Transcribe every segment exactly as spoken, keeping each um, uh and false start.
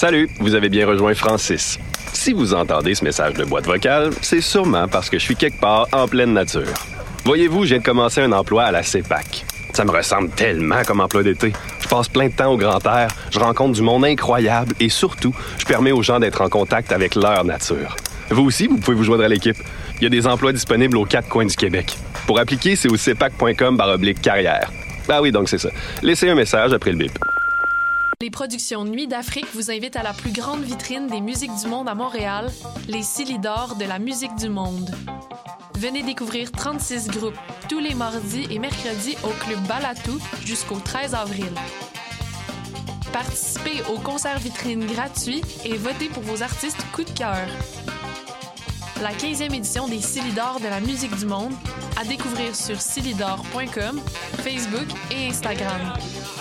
Salut, vous avez bien rejoint Francis. Si vous entendez ce message de boîte vocale, c'est sûrement parce que je suis quelque part en pleine nature. Voyez-vous, je viens de commencer un emploi à la CEPAC. Ça me ressemble tellement comme emploi d'été. Je passe plein de temps au grand air, je rencontre du monde incroyable et surtout, je permets aux gens d'être en contact avec leur nature. Vous aussi, vous pouvez vous joindre à l'équipe. Il y a des emplois disponibles aux quatre coins du Québec. Pour appliquer, c'est au cepac point com barre oblique carrière. Ah oui, donc c'est ça. Laissez un message après le bip. Les productions Nuit d'Afrique vous invitent à la plus grande vitrine des musiques du monde à Montréal, les Silidor de la musique du monde. Venez découvrir trente-six groupes tous les mardis et mercredis au Club Balatou jusqu'au treize avril. Participez au concert vitrine gratuit et votez pour vos artistes coup de cœur. La quinzième édition des Silidor de la musique du monde à découvrir sur silidor point com, Facebook et Instagram.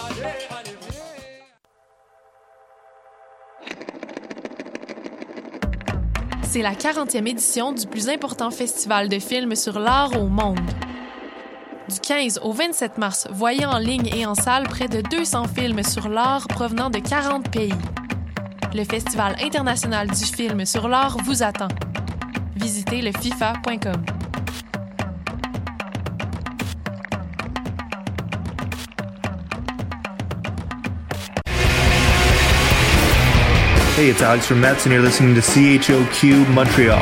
C'est la quarantième édition du plus important festival de films sur l'art au monde. Du quinze au vingt-sept mars, voyez en ligne et en salle près de deux cents films sur l'art provenant de quarante pays. Le Festival international du film sur l'art vous attend. Visitez le fifa point com. Hey, it's Alex from Mets, and you're listening to C H O Q Montreal.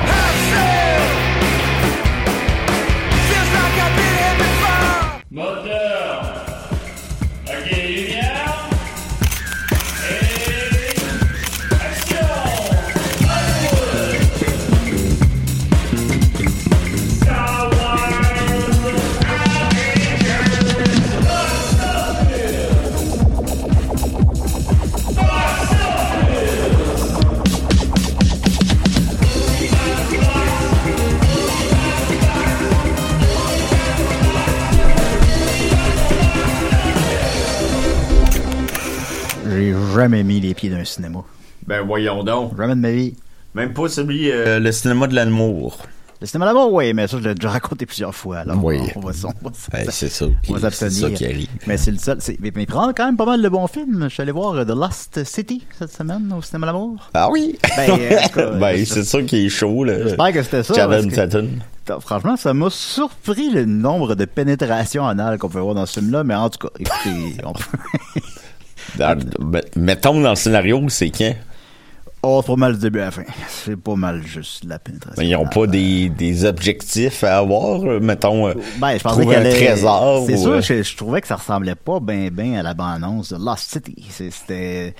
J'ai jamais mis les pieds d'un cinéma. Ben voyons donc. Jamais de ma vie. Même pas celui, euh, le cinéma de l'amour. Le cinéma de l'amour, oui, mais ça, je l'ai déjà raconté plusieurs fois. Alors, oui. On va, on va, on va, ben, c'est ça. On va c'est ça qui arrive. Mais c'est le seul. C'est, mais, mais il prend quand même pas mal de bons films. Je suis allé voir The Lost City cette semaine au cinéma de l'amour. Ah oui? Ben, euh, cas, ben c'est ça qui est chaud, là. J'espère que c'était ça. Channing Tatum. Franchement, ça m'a surpris le nombre de pénétrations anales qu'on peut voir dans ce film-là, mais en tout cas, écoutez, on peut... Dans, mettons dans le scénario, c'est quand? Oh, c'est pas mal du début à la fin. C'est pas mal juste la pénétration. Mais ils n'ont pas des, des objectifs à avoir, mettons, ben, je trouver un allait... trésor. C'est ou... sûr, je, je trouvais que ça ressemblait pas bien ben à la bande-annonce de Lost City. C'était...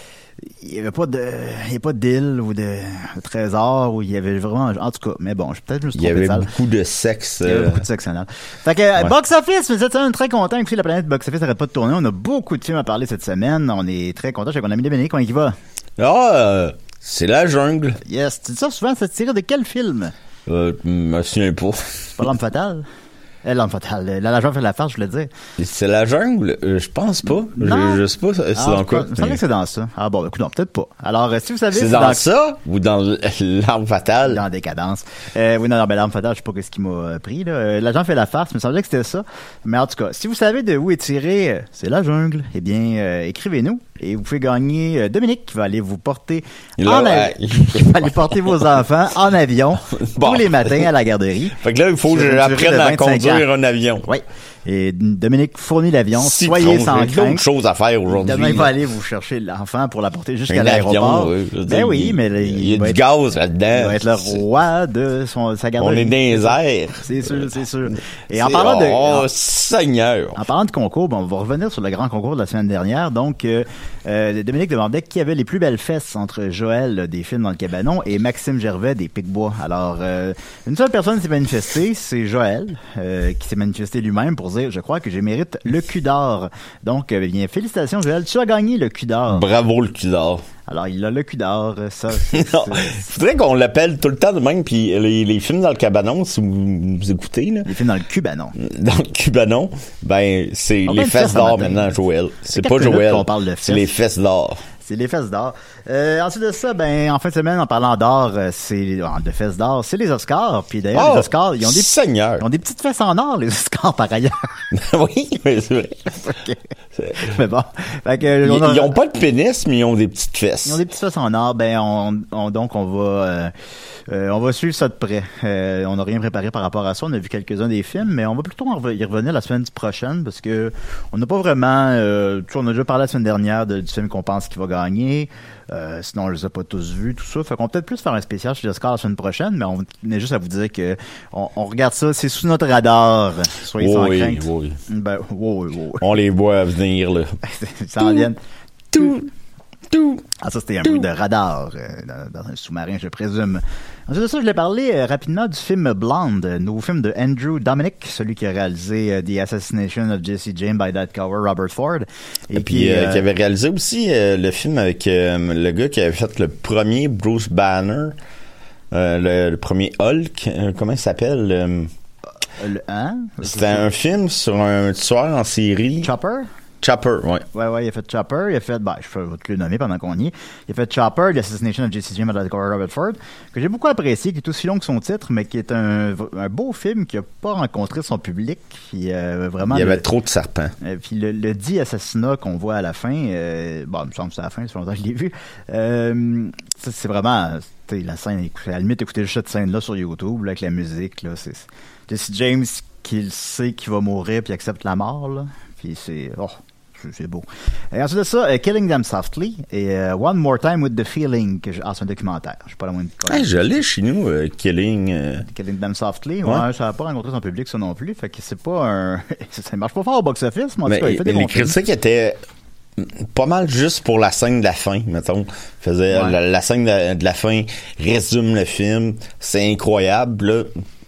Il y avait pas de, il y avait pas d'île ou de, de trésor où il y avait vraiment, en tout cas, mais bon, je peut-être juste il y avait beaucoup de sexe. Il y avait beaucoup de sexe anal. Fait que, ouais. Box Office, cette semaine, très content. Écoutez, la planète Box Office n'arrête pas de tourner. On a beaucoup de films à parler cette semaine. On est très content. Je sais qu'on a mis Dominique, on y va. Ah, euh, c'est la jungle. Yes. Tu dis ça souvent, ça te tirait de quel film? Euh, je me souviens pas. C'est pas L'Arme Fatale? Eh, L'Arme Fatale. La Légende fait la farce, je voulais dire. C'est la jungle? Euh, je pense pas. Non. Je, je sais pas. C'est ah, dans quoi? Il me semblait que c'est dans ça. Ah bon, écoute, non, peut-être pas. Alors, si vous savez... C'est, c'est dans, dans ça? Ou dans L'Arme Fatale? Dans Décadence. Euh, oui, non, non, ben L'Arme Fatale, je sais pas ce qui m'a pris, là. Euh, L'Agent fait la farce, il me semblait que c'était ça. Mais en tout cas, si vous savez de où est tiré euh, C'est la jungle, eh bien, euh, écrivez-nous. Et vous pouvez gagner euh, Dominique qui va aller vous porter là, en ouais. avion. Il va aller porter vos enfants en avion bon. tous les matins à la garderie. Fait que là, il faut que j'apprenne à conduire ans. un avion. Oui. Et Dominique fournit l'avion. Si Soyez sans crainte. Il y a d'autres choses à faire aujourd'hui. Demain, il va aller vous chercher l'enfant pour l'apporter jusqu'à un l'aéroport. Avion, oui, ben dire, oui, il, mais là, il, il y a du être, gaz là-dedans. Il va être le roi de son, sa garderie. On est dans les airs. C'est sûr, c'est sûr. Et c'est, en parlant de... Oh, en, Seigneur! En parlant de concours, bon, on va revenir sur le grand concours de la semaine dernière. Donc, euh, euh, Dominique demandait qui avait les plus belles fesses entre Joël des Films dans le Cabanon et Maxime Gervais des Picbois. Alors, euh, une seule personne s'est manifestée, c'est Joël, euh, qui s'est manifesté lui-même pour dire, je crois que j'ai mérite le cul d'or. Donc, euh, bien, félicitations Joël, tu as gagné le cul d'or. Bravo le cul d'or. Alors, il a le cul d'or, ça. C'est, c'est... Faudrait qu'on l'appelle tout le temps de même, puis les, les films dans le cabanon, si vous, vous écoutez, là. Les films dans le cubanon. Dans le cubanon, ben, c'est on les fesses d'or maintenant, Joël. C'est pas Joël. On parle de fesses. C'est les fesses d'or. C'est les fesses d'or. Euh, ensuite de ça, ben, en fin de semaine, en parlant d'or, c'est, de fesses d'or, c'est les Oscars. Puis d'ailleurs, oh, les Oscars, ils ont des, Seigneur. ils ont des petites fesses en or, les Oscars, par ailleurs. Oui, mais c'est vrai. Okay. Mais bon. Fait que, ils, on a... ils ont pas de pénis, mais ils ont des petites fesses. Ils ont des petites fesses en or. Ben, on, on donc, on va, euh, euh, on va suivre ça de près. Euh, on n'a rien préparé par rapport à ça. On a vu quelques-uns des films, mais on va plutôt en y revenir la semaine prochaine parce que on n'a pas vraiment, euh, tu sais, on a déjà parlé la semaine dernière de, du film qu'on pense qu'il va gagner. Euh, sinon, on les a pas tous vus, tout ça. Fait qu'on va peut-être plus faire un spécial sur les Oscars la semaine prochaine, mais on venait juste à vous dire que on, on regarde ça, c'est sous notre radar. Soyez sans oui, crainte. Oui, ben, oui, oui, oui. On les voit venir, là. Ça en vient. Tout, tout. Ah, ça, c'était un bruit de radar euh, dans, dans un sous-marin, je présume. Ensuite de ça, je voulais parler euh, rapidement du film Blonde, nouveau film de Andrew Dominik, celui qui a réalisé euh, The Assassination of Jesse James by that cover, Robert Ford. Et, Et puis, qui, euh, euh, qui avait réalisé aussi euh, le film avec euh, le gars qui avait fait le premier Bruce Banner, euh, le, le premier Hulk, euh, comment il s'appelle? Euh, le, hein? C'était un film sur un tueur en série. Chopper? Chopper, ouais. Ouais, ouais, il a fait Chopper, il a fait, ben, je vais te le nommer pendant qu'on y est. Il a fait Chopper, The Assassination of Jesse James by the cover, Robert Ford, que j'ai beaucoup apprécié, qui est aussi long que son titre, mais qui est un, un beau film qui a pas rencontré son public. Puis, euh, vraiment. Il y avait le, trop de serpents. Euh, puis le, le dit assassinat qu'on voit à la fin, euh, bon, il me semble que c'est à la fin, ça fait longtemps que je l'ai vu. Euh, c'est, c'est vraiment, la scène, à la limite, écouter cette scène-là sur YouTube, là, avec la musique, là, c'est, Jesse James qui sait qu'il va mourir puis accepte la mort, là. Puis c'est, oh. C'est beau. Et ensuite de ça, uh, Killing Them Softly et uh, One More Time with the Feeling, que je... ah, c'est un documentaire. Je sais pas la moindre hey, je l'ai chez nous, uh, Killing. Uh... Killing Them Softly. Ouais, ouais ça n'a pas rencontré son public, ça non plus. Fait que c'est pas un. Ça marche pas fort au box-office, mais en tout cas, il fait des bons les critiques étaient pas mal juste pour la scène de la fin, mettons. Faisait ouais. la, la scène de, de la fin résume le film. C'est incroyable. Là,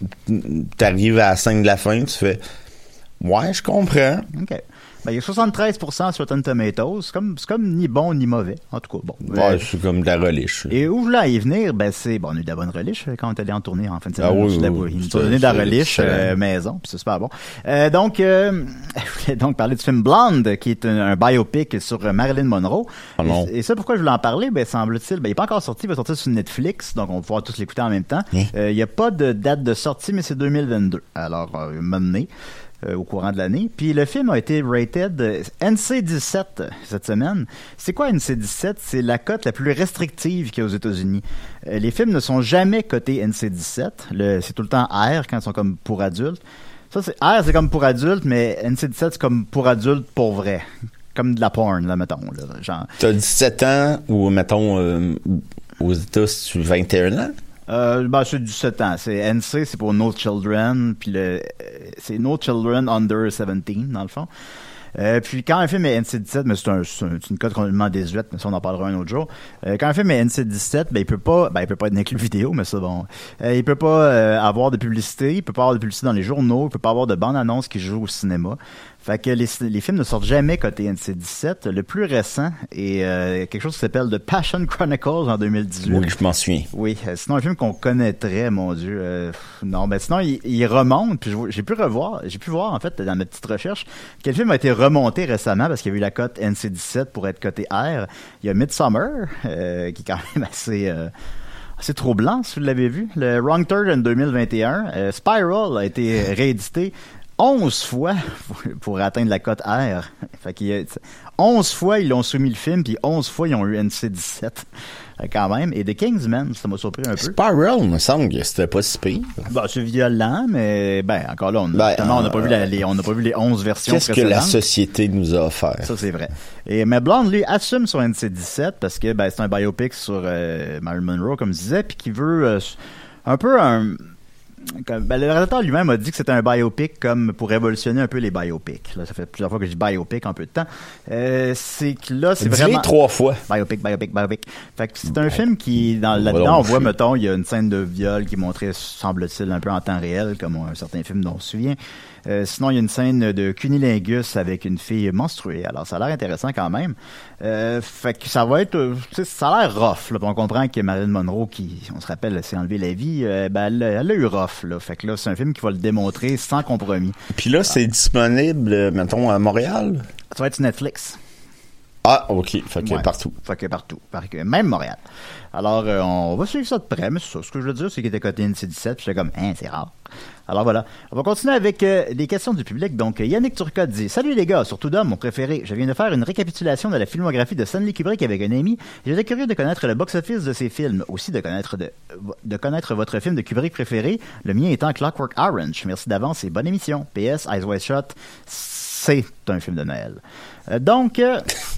t'arrives à la scène de la fin, tu fais ouais, je comprends. OK. Ben, il y a soixante-treize pour cent sur Rotten Tomatoes. C'est comme, c'est comme ni bon ni mauvais. En tout cas, bon. Ouais, euh, c'est comme de la reliche. Et où je voulais y venir, ben, c'est, bon, on a eu de la bonne reliche quand on est allé en tournée en fin de semaine. Ah oui, oui, oui. Ils nous ont donné de la reliche, euh, maison, puis c'est super bon. Euh, donc, euh, je voulais donc parler du film Blonde, qui est un, un biopic sur Marilyn Monroe. Oh non. Et, et ça, pourquoi je voulais en parler? Ben, semble-t-il, ben, il est pas encore sorti, il va sortir sur Netflix, donc on va pouvoir tous l'écouter en même temps. Hein? Euh, il y a pas de date de sortie, mais c'est deux mille vingt-deux. Alors, euh, mené. Euh, au courant de l'année. Puis le film a été rated euh, N C dix-sept cette semaine. C'est quoi N C dix-sept? C'est la cote la plus restrictive qu'il y a aux États-Unis. Euh, les films ne sont jamais cotés N C dix-sept. Le, c'est tout le temps R quand ils sont comme pour adultes. Ça, c'est R, c'est comme pour adultes, mais N C dix-sept, c'est comme pour adultes pour vrai. Comme de la porn, là, mettons. Là, genre. T'as dix-sept ans ou, mettons, euh, aux États, tu as vingt et un ans? Euh, ben, c'est dix-sept ans. C'est N C, c'est pour No Children, puis le, c'est No Children Under dix-sept, dans le fond. Euh, puis quand un film est N C dix-sept, mais c'est, un, c'est, un, c'est une cote complètement dix-huit, mais ça on en parlera un autre jour. Euh, quand un film est N C dix-sept, ben il peut pas, ben il peut pas être inclus vidéo, mais ça bon. Euh, il peut pas euh, avoir de publicité, il peut pas avoir de publicité dans les journaux, il peut pas avoir de bande-annonce qui joue au cinéma. Fait que les, les films ne sortent jamais cotés N C dix-sept. Le plus récent est euh, quelque chose qui s'appelle The Passion Chronicles en deux mille dix-huit. Oui, je m'en souviens. Oui, euh, sinon un film qu'on connaîtrait, mon Dieu. Euh, non, ben sinon il, il remonte. Puis j'ai pu revoir, j'ai pu voir en fait dans ma petite recherche quel film a été remonté récemment parce qu'il y a eu la cote N C dix-sept pour être coté R. Il y a Midsommar euh, qui est quand même assez. Euh, C'est troublant, si vous l'avez vu. Le Wrong Turn en deux mille vingt et un. Euh, Spiral a été réédité onze fois pour atteindre la cote R. Fait qu'il y a onze fois, ils ont soumis le film, puis onze fois, ils ont eu N C dix-sept. Quand même. Et The Kingsman, ça m'a surpris un peu. Spiral, me semble que c'était pas si pire. Ben, c'est violent, mais ben, encore là, on n'a ben, euh, pas, vu la, les, on n'a pas vu les onze versions qu'est-ce précédentes. Que la société nous a offert? Ça, c'est vrai. Et, mais Blonde, lui, assume son N C dix-sept parce que ben, c'est un biopic sur euh, Marilyn Monroe, comme je disais, puis qui veut euh, un peu un... Comme, ben, le réalisateur lui-même a dit que c'était un biopic comme pour révolutionner un peu les biopics. Là, ça fait plusieurs fois que je dis biopic en peu de temps. Euh, c'est que là, c'est Dis-les vraiment... trois fois. Biopic, biopic, biopic. Fait que c'est un film qui, dans, là-dedans, on voit, mettons, il y a une scène de viol qui est montrée, semble-t-il, un peu en temps réel, comme un certain film dont on se souvient. Euh, sinon, il y a une scène de cunilingus avec une fille menstruée. Alors, ça a l'air intéressant quand même. Euh, fait que ça va être... Euh, ça a l'air rough. Là, on comprend que Marilyn Monroe, qui, on se rappelle, s'est enlevé la vie, euh, ben, elle, elle a eu rough. Là. Fait que là, c'est un film qui va le démontrer sans compromis. Puis là, c'est disponible, mettons, à Montréal? Ça va être sur Netflix. Ah, OK. Fait que Ouais. partout. Fait que partout. Fait que même Montréal. Alors, euh, on va suivre ça de près, mais c'est ça. Ce que je veux dire, c'est qu'il était coté N C dix-sept, puis j'étais comme, hein, c'est rare. Alors voilà. On va continuer avec euh, les questions du public. Donc, Yannick Turcotte dit: Salut les gars, surtout Dom, mon préféré. Je viens de faire une récapitulation de la filmographie de Stanley Kubrick avec un ami. J'étais curieux de connaître le box-office de ses films, aussi de connaître, de, de connaître votre film de Kubrick préféré, le mien étant Clockwork Orange. Merci d'avance et bonne émission. P S. Eyes Wide Shut, c'est un film de Noël. Euh, donc... Euh,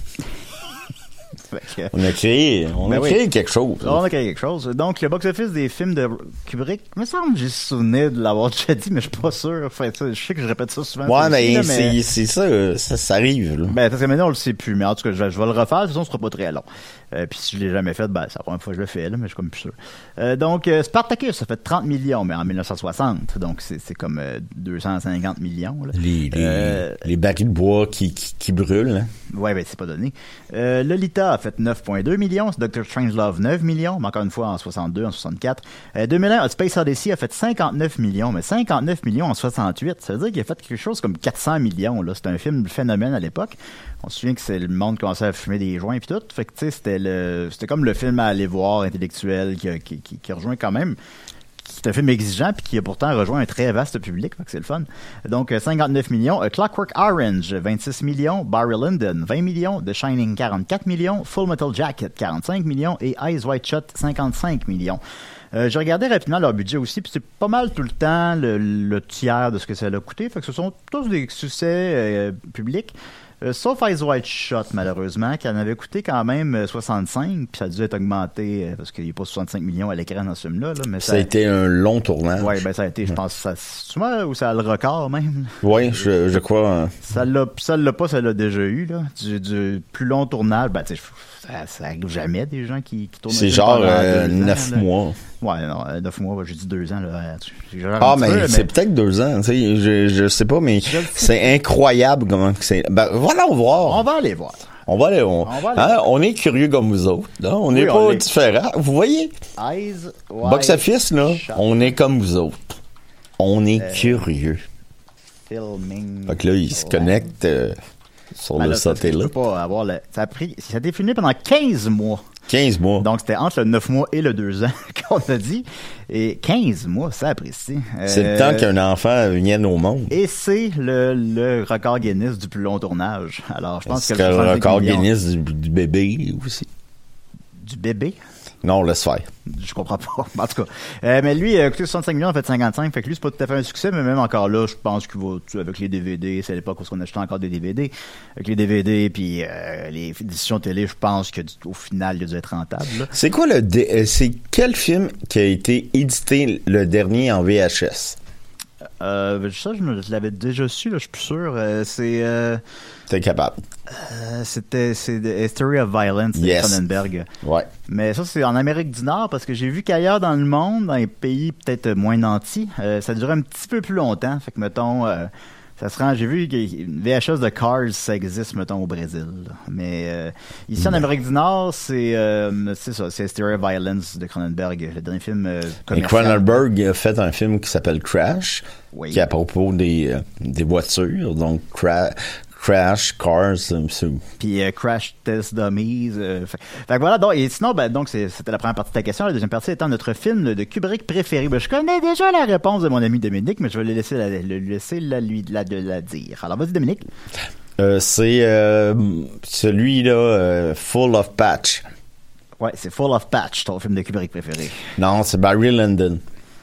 fait que- On a créé, on Ben a oui. créé quelque chose. on a créé quelque chose. Donc, le box-office des films de Kubrick, il me semble que j'ai souvenir de l'avoir déjà dit, mais je suis pas sûr. Enfin, ça, je sais que je répète ça souvent. Ouais, ça aussi, mais là, c'est, c'est ça, euh, ça, ça arrive, là. Ben, parce que maintenant, on le sait plus. Mais en tout cas, je, je vais le refaire. De toute façon, ce sera pas très long. Euh, puis si je l'ai jamais fait, ben, c'est la première fois que je le fais, là, mais je suis comme plus sûr. Euh, donc, euh, Spartacus, ça fait trente millions, mais en dix-neuf cent soixante. Donc, c'est, c'est comme euh, deux cent cinquante millions, là. Les, les, Euh, les barils de bois qui, qui, qui brûlent, hein. Ouais, ben c'est pas donné. Euh, Lolita a fait neuf virgule deux millions, Doctor Strangelove neuf millions, mais encore une fois en soixante-deux, en soixante-quatre. Euh, deux mille un, A Space Odyssey a fait cinquante-neuf millions, mais cinquante-neuf millions en soixante-huit, ça veut dire qu'il a fait quelque chose comme quatre cents millions, là. C'était un film phénomène à l'époque. On se souvient que c'est le monde commençait à fumer des joints et tout. Fait que tu sais, c'était le, c'était comme le film à aller voir intellectuel qui, a- qui, qui, qui rejoint quand même. C'est un film exigeant puis qui a pourtant rejoint un très vaste public, fait que c'est le fun. Donc euh, cinquante-neuf millions, euh, Clockwork Orange vingt-six millions, Barry Lyndon vingt millions, The Shining quarante-quatre millions, Full Metal Jacket quarante-cinq millions et Eyes Wide Shut cinquante-cinq millions. Euh, j'ai regardé rapidement leur budget aussi, puis c'est pas mal tout le temps le, le tiers de ce que ça a coûté, fait que ce sont tous des succès euh, publics. Euh, sauf Eyes Wide Shut, malheureusement, qui en avait coûté quand même euh, soixante-cinq, puis ça a dû être augmenté, euh, parce qu'il n'y a pas soixante-cinq millions à l'écran dans ce film-là. Là, mais Ça a été un long tournage. Ouais, ben ça a été, je pense, ça, c'est moi où ça a le record même. Ouais, je, je crois. hein. Ça l'a, ça l'a pas, ça l'a déjà eu là. Du, du plus long tournage, ben tu sais, ça, ça arrive jamais des gens qui, qui tournent. un C'est film genre pendant euh, deux ans, neuf là. mois. Ouais, non, euh, neuf mois, j'ai dit deux ans là. J'exagère Ah, un petit mais peu, c'est peut-être deux ans, tu sais, je, je sais pas, mais Je le sais. c'est incroyable comment que c'est. Ben, voilà, on va voir. On va aller voir. On va aller, on, On va aller hein, voir. on est curieux comme vous autres, là. On n'est Oui, on pas l'est. différents. Vous voyez? Eyes Wide Box Office, là, Shut. on est comme vous autres. On est Euh, curieux. Filming. Fait que là, ils se connectent euh, sur Ben le là, ça, tu satellite. peux pas avoir le. Ça a pris. Ça a été filmé pendant quinze mois. quinze mois. Donc, c'était entre le neuf mois et le deux ans qu'on a dit. Et quinze mois, ça apprécie. C'est le temps qu'un enfant vienne au monde. Et c'est le, le record Guinness du plus long tournage. Alors, je pense C'est que le le soixante-cinq record millions Guinness du, du bébé aussi. du bébé. Non, laisse faire. Je comprends pas. En tout cas. Euh, mais lui, euh, écoutez, soixante-cinq millions, en fait cinquante-cinq. Fait que lui, c'est pas tout à fait un succès, mais même encore là, je pense qu'il va, tu sais, avec les D V D, c'est à l'époque où on achetait encore des D V D. Avec les D V D puis euh, les éditions télé, je pense qu'au final, il a dû être rentable, là. C'est quoi le... dé- euh, c'est quel film qui a été édité le dernier en V H S? Euh, ça, je, me, je l'avais déjà su, là, je suis plus sûr. Euh, c'est, euh, T'es capable. euh, c'était, c'est The History of Violence de Yes. Cronenberg. Ouais. Mais ça, c'est en Amérique du Nord, parce que j'ai vu qu'ailleurs dans le monde, dans les pays peut-être moins nantis, euh, ça durait un petit peu plus longtemps. Fait que, mettons, euh, ça se rend, j'ai vu qu'une V H S de Cars, ça existe, mettons, au Brésil. là. Mais euh, ici, en Amérique du Nord, c'est, euh, c'est ça, c'est History of Violence de Cronenberg, le dernier film euh, Et commercial. Cronenberg a fait un film qui s'appelle Crash, Oui. qui est à propos des, euh, des voitures. Donc, Cra- Crash, Cars, euh, c'est- Puis euh, Crash Test Dummies. Euh, fait, fait que voilà, donc, et sinon, ben, donc c'est- c'était la première partie de ta question. La deuxième partie étant notre film de Kubrick préféré. Ben, je connais déjà la réponse de mon ami Dominique, mais je vais le laisser la, le laisser la, lui la, de la dire. Alors, vas-y, Dominique. euh, c'est euh, celui-là, euh, Full of Patch. Ouais, c'est Full of Patch, ton film de Kubrick préféré. Non, c'est Barry Lyndon.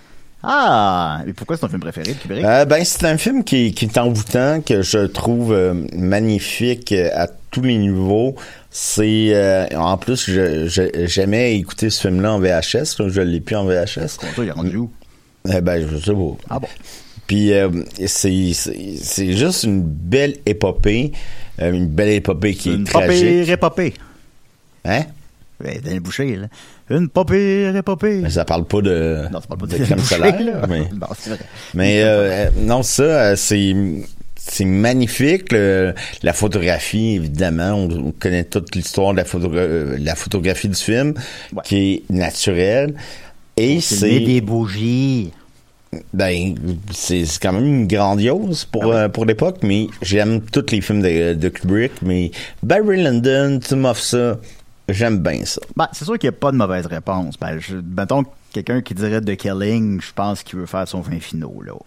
Ah! Et pourquoi c'est ton film préféré de Kubrick? Euh, ben, c'est un film qui, qui est envoûtant, que je trouve euh, magnifique euh, à tous les niveaux. C'est euh, en plus, je, je- j'aimais écouter ce film-là en V H S. Là, je l'ai plus en V H S. Comment ça, il est rendu où? Eh ben, je sais pas. Ah bon? Puis euh, c'est, c'est c'est juste une belle épopée, euh, une belle épopée qui est Une pas pire tragique. épopée. Hein? Ouais, Denis Boucher, là. Une pas pire épopée. Mais ça parle pas de, Non, c'est pas le de de crème Boucher, solaire. là. Mais, Non, c'est vrai. mais euh, non, ça, euh, c'est c'est magnifique. le- la photographie, évidemment, on, on connaît toute l'histoire de la, photo, euh, la photographie du film, Ouais. qui est naturelle. Et Filmer c'est des bougies. Ben, c'est, c'est quand même grandiose pour, ah oui. euh, pour l'époque, mais j'aime tous les films de, de Kubrick, mais Barry Lyndon, tu m'offres ça, j'aime bien ça. Ben, c'est sûr qu'il n'y a pas de mauvaise réponse. Ben, je, mettons, quelqu'un qui dirait The Killing, je pense qu'il veut faire son fin finaux, là.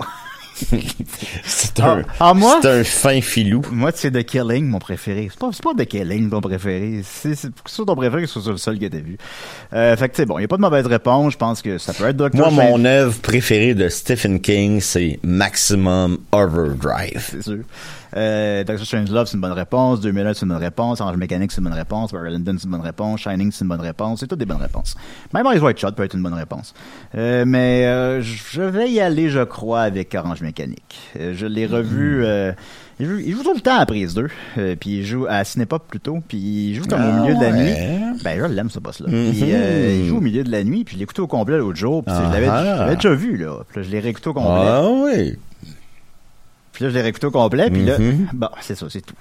c'est un, ah, ah, moi, c'est un fin filou. Moi, c'est The Killing, mon préféré. C'est pas, c'est pas The Killing, ton préféré. C'est, c'est, c'est ton préféré, c'est le seul que t'as vu. Euh, fait que, tu sais, bon, il n'y a pas de mauvaise réponse. Je pense que ça peut être Doctor Moi, Strange. mon œuvre préférée de Stephen King, c'est Maximum Overdrive. C'est sûr. Euh, Doctor Strangelove, c'est une bonne réponse. deux mille un, c'est une bonne réponse. Orange Mécanique, c'est une bonne réponse. Barry Lyndon, c'est une bonne réponse. Shining, c'est une bonne réponse. C'est toutes des bonnes réponses. Même Eyes Wide Shut peut être une bonne réponse. Euh, mais euh, je vais y aller, je crois, avec Orange Mécanique. Euh, je l'ai revu... Euh, il, joue, il joue tout le temps à Prise deux. Euh, puis il joue à Cinépop plutôt. Puis il joue comme ah, au milieu de la ouais. nuit. Ben, je l'aime, ce boss-là. Mm-hmm. Puis euh, il joue au milieu de la nuit. Puis je l'ai écouté au complet l'autre jour. Puis ah, je, l'avais, ah. je l'avais déjà vu, là. Puis là, je l'ai réécouté au complet. Ah oui. Puis là, je l'ai réécouté au complet, puis là, mm-hmm. bon, c'est ça, c'est tout.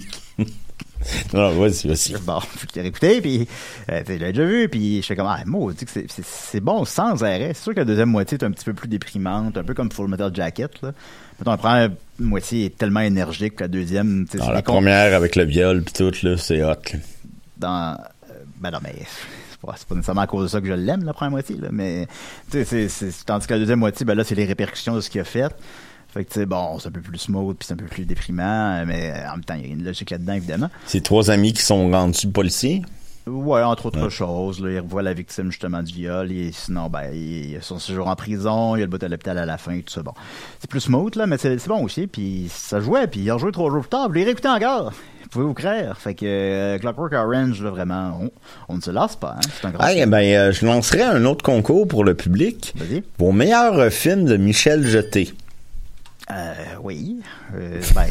non, vas-y, vas-y. Bon, je l'ai réécouté, puis euh, je l'ai déjà vu, puis je fais comme, ah, moi, que c'est, c'est, c'est bon sans arrêt. C'est sûr que la deuxième moitié est un petit peu plus déprimante, un peu comme Full Metal Jacket, là. Mettons, la première moitié est tellement énergique que la deuxième, tu sais, la première con... avec le viol, puis tout, là, c'est hot, là. Dans, euh, ben non, mais... C'est pas, c'est pas nécessairement à cause de ça que je l'aime, la première moitié, là, mais, tu sais, c'est, c'est, tandis que la deuxième moitié, ben là, c'est les répercussions de ce qu'il a fait. Fait que, tu sais, bon, c'est un peu plus smooth, puis c'est un peu plus déprimant, mais en même temps, il y a une logique là-dedans, évidemment. C'est trois amis qui sont rendus policiers? Ouais, entre autres ouais. choses. Là, il revoit la victime, justement, du viol, et sinon, ben, il y a son séjour en prison, il y a le bout à l'hôpital à la fin, tout ça, bon. C'est plus smooth, là, mais c'est, c'est bon aussi, puis ça jouait, puis il a rejoué trois jours plus tard, vous l'avez réécouté encore. Pouvez-vous croire? Fait que euh, Clockwork Orange, là, vraiment, on, on ne se lasse pas, hein? C'est un grand hey, film. Ben, euh, je lancerai un autre concours pour le public. Vas-y. Vos meilleurs films de Michel Jeté. Euh, oui. Euh, ben,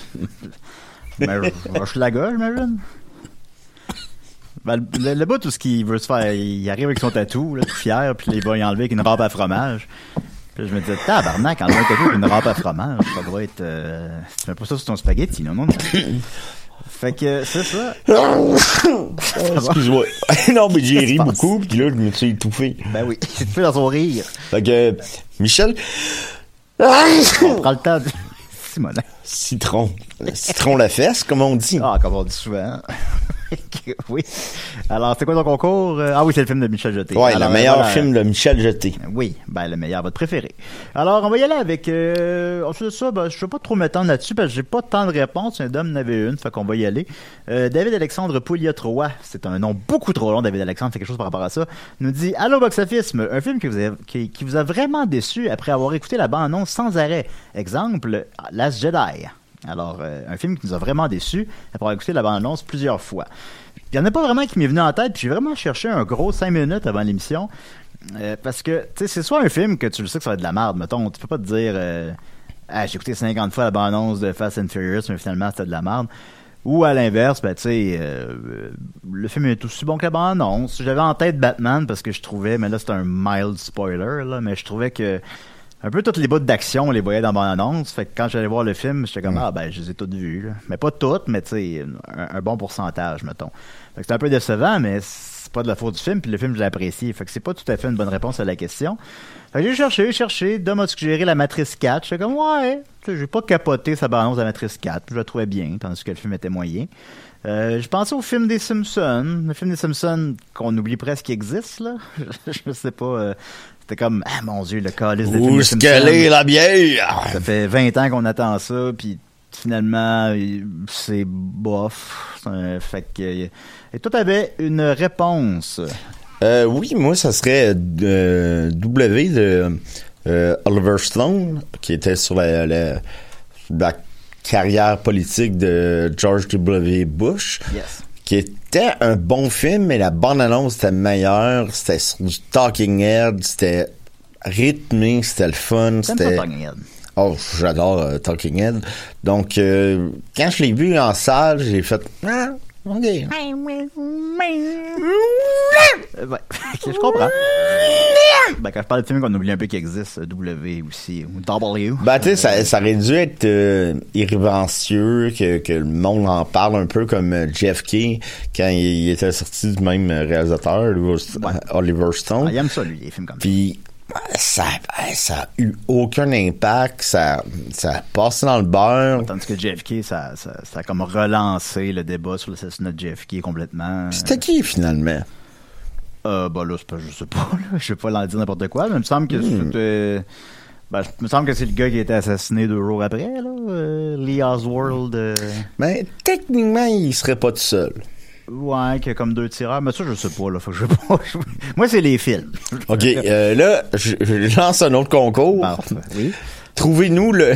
ben, Hochelaga, j'imagine. Ben, le, le, le bout, tout ce qu'il veut se faire, il arrive avec son tatou, là, tout fier, puis il va y enlever avec une râpe à fromage. Puis je me disais, tabarnak, enlever un tatou avec une râpe à fromage, ça doit être... Euh, tu mets pas ça sur ton spaghetti, non, non, non. Fait que, c'est ça. Excuse-moi. non, mais j'ai ri beaucoup, puis là, je me suis étouffé. Ben oui, il s'est étouffé dans son rire. Fait que, Michel... On prend le temps de... Simon. Citron. Citron la fesse, comme on dit. Ah, comme on dit souvent. oui. Alors, c'est quoi ton concours? Ah oui, c'est le film de Michel Jeté. Ouais, Alors, le meilleur voilà. film de Michel Jeté. Oui, ben le meilleur, votre préféré. Alors, on va y aller avec... Euh, ensuite de ça, ben, je ne vais pas trop m'étendre là-dessus parce que j'ai pas tant de réponses. Un homme en avait une, fait qu'on va y aller. Euh, David Alexandre Pouliot-Roy, c'est un nom beaucoup trop long, David Alexandre, fait quelque chose par rapport à ça, nous dit « Allô, box-office, un film qui vous, a, qui, qui vous a vraiment déçu après avoir écouté la bande-annonce sans arrêt. Exemple, Last Jedi. » Alors, euh, un film qui nous a vraiment déçus après avoir écouté la bande-annonce plusieurs fois. Il n'y en a pas vraiment qui m'est venu en tête, puis j'ai vraiment cherché un gros cinq minutes avant l'émission, euh, parce que, tu sais, c'est soit un film que tu le sais que ça va être de la merde, mettons, tu peux pas te dire euh, ah, j'ai écouté cinquante fois la bande-annonce de Fast and Furious, mais finalement c'était de la merde, ou à l'inverse, ben tu sais, euh, le film est aussi bon que la bande-annonce. J'avais en tête Batman parce que je trouvais, mais là c'est un mild spoiler, là, mais je trouvais que un peu toutes les bouts d'action, on les voyait dans la bande-annonce. Fait que quand j'allais voir le film, j'étais comme, ah ben, je les ai toutes vues, là. Mais pas toutes, mais tu sais, un, un bon pourcentage, mettons. Fait que c'est un peu décevant, mais c'est pas de la faute du film, puis le film, je l'ai apprécié. Fait que c'est pas tout à fait une bonne réponse à la question. Fait que j'ai cherché, cherché. Dom a suggéré la Matrice quatre. J'étais comme, ouais, tu sais, j'ai pas capoté sa bande-annonce de la Matrice quatre, puis je la trouvais bien, tandis que le film était moyen. Euh, je pensais au film des Simpsons. Le film des Simpsons qu'on oublie presque qu'il existe, là. je sais pas... Euh, C'était comme, ah mon Dieu, le calice de film. Où est-ce qu'elle est la bière? Ça fait vingt ans qu'on attend ça, puis finalement, c'est bof. Euh, fait que. Et toi, t'avais une réponse. Euh, oui, moi, ça serait euh, W de euh, Oliver Stone, qui était sur la, la, la carrière politique de George W. Bush. Yes. Qui était un bon film, mais la bande-annonce était meilleure. C'était sur du Talking Head, c'était rythmé, c'était le fun. T'aimes c'était... pas Talking Head? Oh, j'adore euh, Talking Head. Donc, euh, quand je l'ai vu en salle, j'ai fait... Ah, OK. Euh, ouais, je comprends. Ben, quand je parle de films qu'on oublie un peu qu'il existe, W aussi, ou W. Ben, tu sais, ça, ça aurait dû être euh, irrévérencieux, que, que le monde en parle un peu comme euh, J F K, quand il, il était sorti du même réalisateur, Oliver, ouais. Oliver Stone. Ah, il aime ça, lui, les films comme Puis, Ça, ça a eu aucun impact, ça, ça a passé dans le beurre. Tandis que J F K, ça, ça, ça a comme relancé le débat sur l'assassinat de J F K complètement. C'était qui, finalement? Euh, bah là, c'est pas, je sais pas, là, je vais pas l'en dire n'importe quoi, mais il me semble que hmm. c'était... Ben, il me semble que c'est le gars qui a été assassiné deux jours après, là, euh, Lee Oswald. Euh... Mais techniquement, il serait pas tout seul. Ouais, qu'il y a comme deux tireurs, mais ça, je sais pas, là. Faut que je pas. Moi, c'est les films. OK, euh, là, je, je lance un autre concours. Parfait, oui. Trouvez-nous le.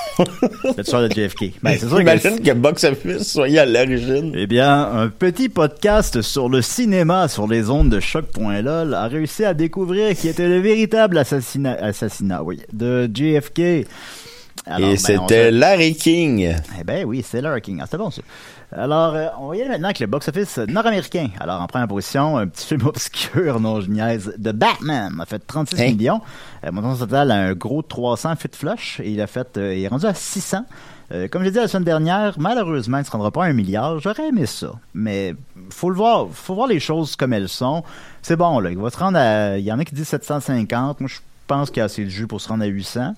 Le tueur de J F K. Ben, c'est sûr Imagine que, que Box Office soyez à l'origine. Eh bien, un petit podcast sur le cinéma sur les ondes de choc point l o l a réussi à découvrir qui était le véritable assassinat, assassinat, oui, de J F K. Alors, Et ben, c'était se... Larry King. Eh ben oui, c'est Larry King. Ah, c'était bon, ça. Alors, euh, on va y aller maintenant avec le box-office nord-américain. Alors, en première position, un petit film obscur, non, je niaise, The Batman a fait trente-six hein? millions. Euh, montant total à un gros trois cents fit flush. Et il a fait, euh, il est rendu à six cents. Euh, comme j'ai dit la semaine dernière, malheureusement, il ne se rendra pas à un milliard. J'aurais aimé ça. Mais, faut le voir, faut voir les choses comme elles sont. C'est bon, là. Il va se rendre à, il y en a qui disent sept cent cinquante. Moi, je pense qu'il y a assez de jus pour se rendre à huit cents.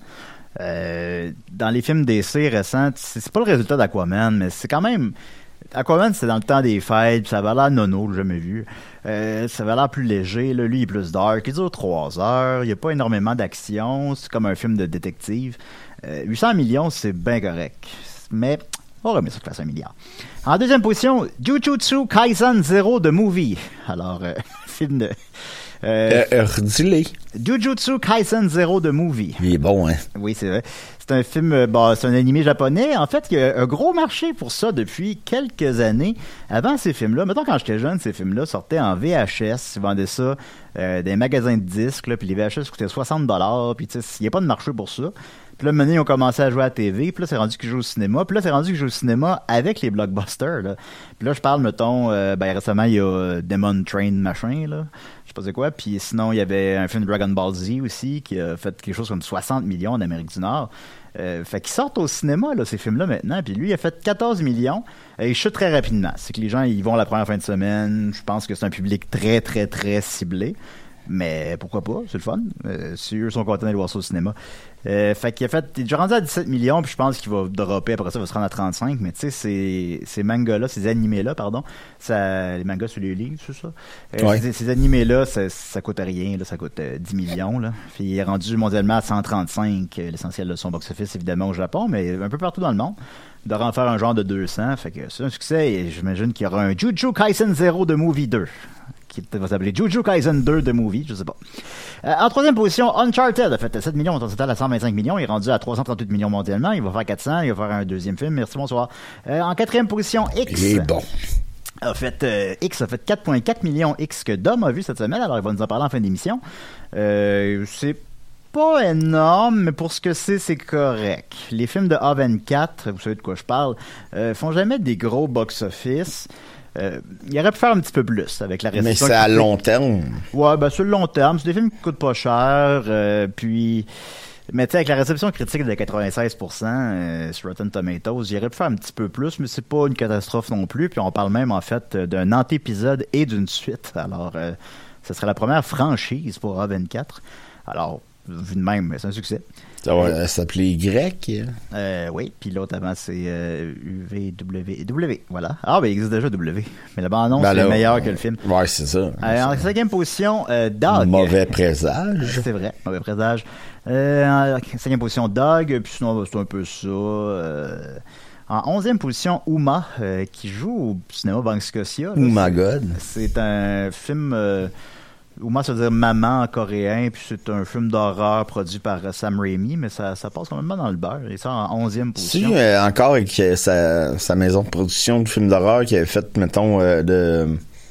Euh, dans les films D C récents, c'est, c'est pas le résultat d'Aquaman, mais c'est quand même... Aquaman, c'est dans le temps des fêtes, puis ça avait l'air nono, j'ai jamais vu. Euh, ça avait l'air plus léger, là. Lui, il est plus dark. Il dure trois heures, il n'y a pas énormément d'action, c'est comme un film de détective. Euh, huit cents millions, c'est bien correct. Mais on remet ça de fasse un milliard. En deuxième position, Jujutsu Kaisen Zero The Movie. Alors, euh, film de... Euh, euh, redis-les. Jujutsu Kaisen Zero The Movie. Il est bon, hein? Oui, c'est vrai. C'est un film, euh, bah, c'est un animé japonais. En fait, il y a un gros marché pour ça depuis quelques années. Avant ces films-là, mettons quand j'étais jeune, ces films-là sortaient en V H S. Ils vendaient ça euh, dans les magasins de disques, là, puis les V H S coûtaient soixante dollars. Puis tu sais, il n'y a pas de marché pour ça. Puis là, maintenant, ils ont commencé à jouer à la T V. Puis là, c'est rendu qu'ils jouent au cinéma. Puis là, c'est rendu qu'ils jouent au cinéma avec les blockbusters. Là. Puis là, je parle, mettons, euh, ben, récemment, il y a euh, Demon Train, machin, là. Je sais pas c'est quoi. Puis sinon, il y avait un film de Dragon Ball Z aussi qui a fait quelque chose comme soixante millions en Amérique du Nord. Euh, fait qu'ils sortent au cinéma, là, ces films-là, maintenant. Puis lui, il a fait quatorze millions. Et il chute très rapidement. C'est que les gens, ils vont la première fin de semaine. Je pense que c'est un public très, très, très ciblé. Mais pourquoi pas, c'est le fun. Euh, si eux sont contents d'aller voir ça au cinéma. Euh, fait qu'il a fait, il est déjà rendu à dix-sept millions, puis je pense qu'il va dropper après ça, il va se rendre à trente-cinq. Mais tu sais, ces, ces mangas-là, ces animés-là, pardon, ça, les mangas sur les livres, c'est ça? Euh, ouais. ces, ces animés-là, ça, ça coûte rien, là, ça coûte euh, dix millions. Là. Puis il est rendu mondialement à cent trente-cinq, euh, l'essentiel de son box-office, évidemment, au Japon, mais un peu partout dans le monde. Il devrait en faire un genre de deux cents, fait que c'est un succès, et j'imagine qu'il y aura un Jujutsu Kaisen Zero The Movie deux. Qui va s'appeler Jujutsu Kaisen deux The Movie, je sais pas. Euh, en troisième position, Uncharted a fait sept millions, au total à cent vingt-cinq millions, il est rendu à trois cent trente-huit millions mondialement, il va faire quatre cents, il va faire un deuxième film, merci, bonsoir. Euh, en quatrième position, X. Il est bon. A fait, euh, X a fait quatre virgule quatre millions, X que Dom a vu cette semaine, alors il va nous en parler en fin d'émission. Euh, c'est pas énorme, mais pour ce que c'est, c'est correct. Les films de A vingt-quatre, vous savez de quoi je parle, euh, font jamais des gros box-office. Euh, il aurait pu faire un petit peu plus avec la réception. Mais c'est à long terme. Ouais, ben sur le long terme, c'est des films qui coûtent pas cher, euh, puis... Mais tu sais, avec la réception critique de quatre-vingt-seize pour cent euh, sur Rotten Tomatoes, il aurait pu faire un petit peu plus, mais c'est pas une catastrophe non plus, puis on parle même, en fait, d'un antépisode et d'une suite. Alors, euh, ce serait la première franchise pour A vingt-quatre. Alors, vu de même, c'est un succès. Ça va euh, s'appeler Y. Euh, oui, puis l'autre avant, c'est euh, U V W. W, voilà. Ah, ben il existe déjà W. Mais la bande-annonce, ben c'est meilleur que le film. Ouais, c'est ça. Euh, en cinquième position, euh, Dog. Mauvais présage. C'est vrai, mauvais présage. Euh, en cinquième position, Dog. Puis sinon, c'est un peu ça. Euh, en onzième position, Uma, euh, qui joue au cinéma Banque Scotia. Oh my God. C'est un film... Euh, Uma, ça veut dire maman en coréen, puis c'est un film d'horreur produit par uh, Sam Raimi, mais ça, ça passe quand même dans le beurre. Et ça en onzième position. Si, euh, encore avec euh, sa, sa maison de production de films d'horreur qui avait fait, mettons, euh, de...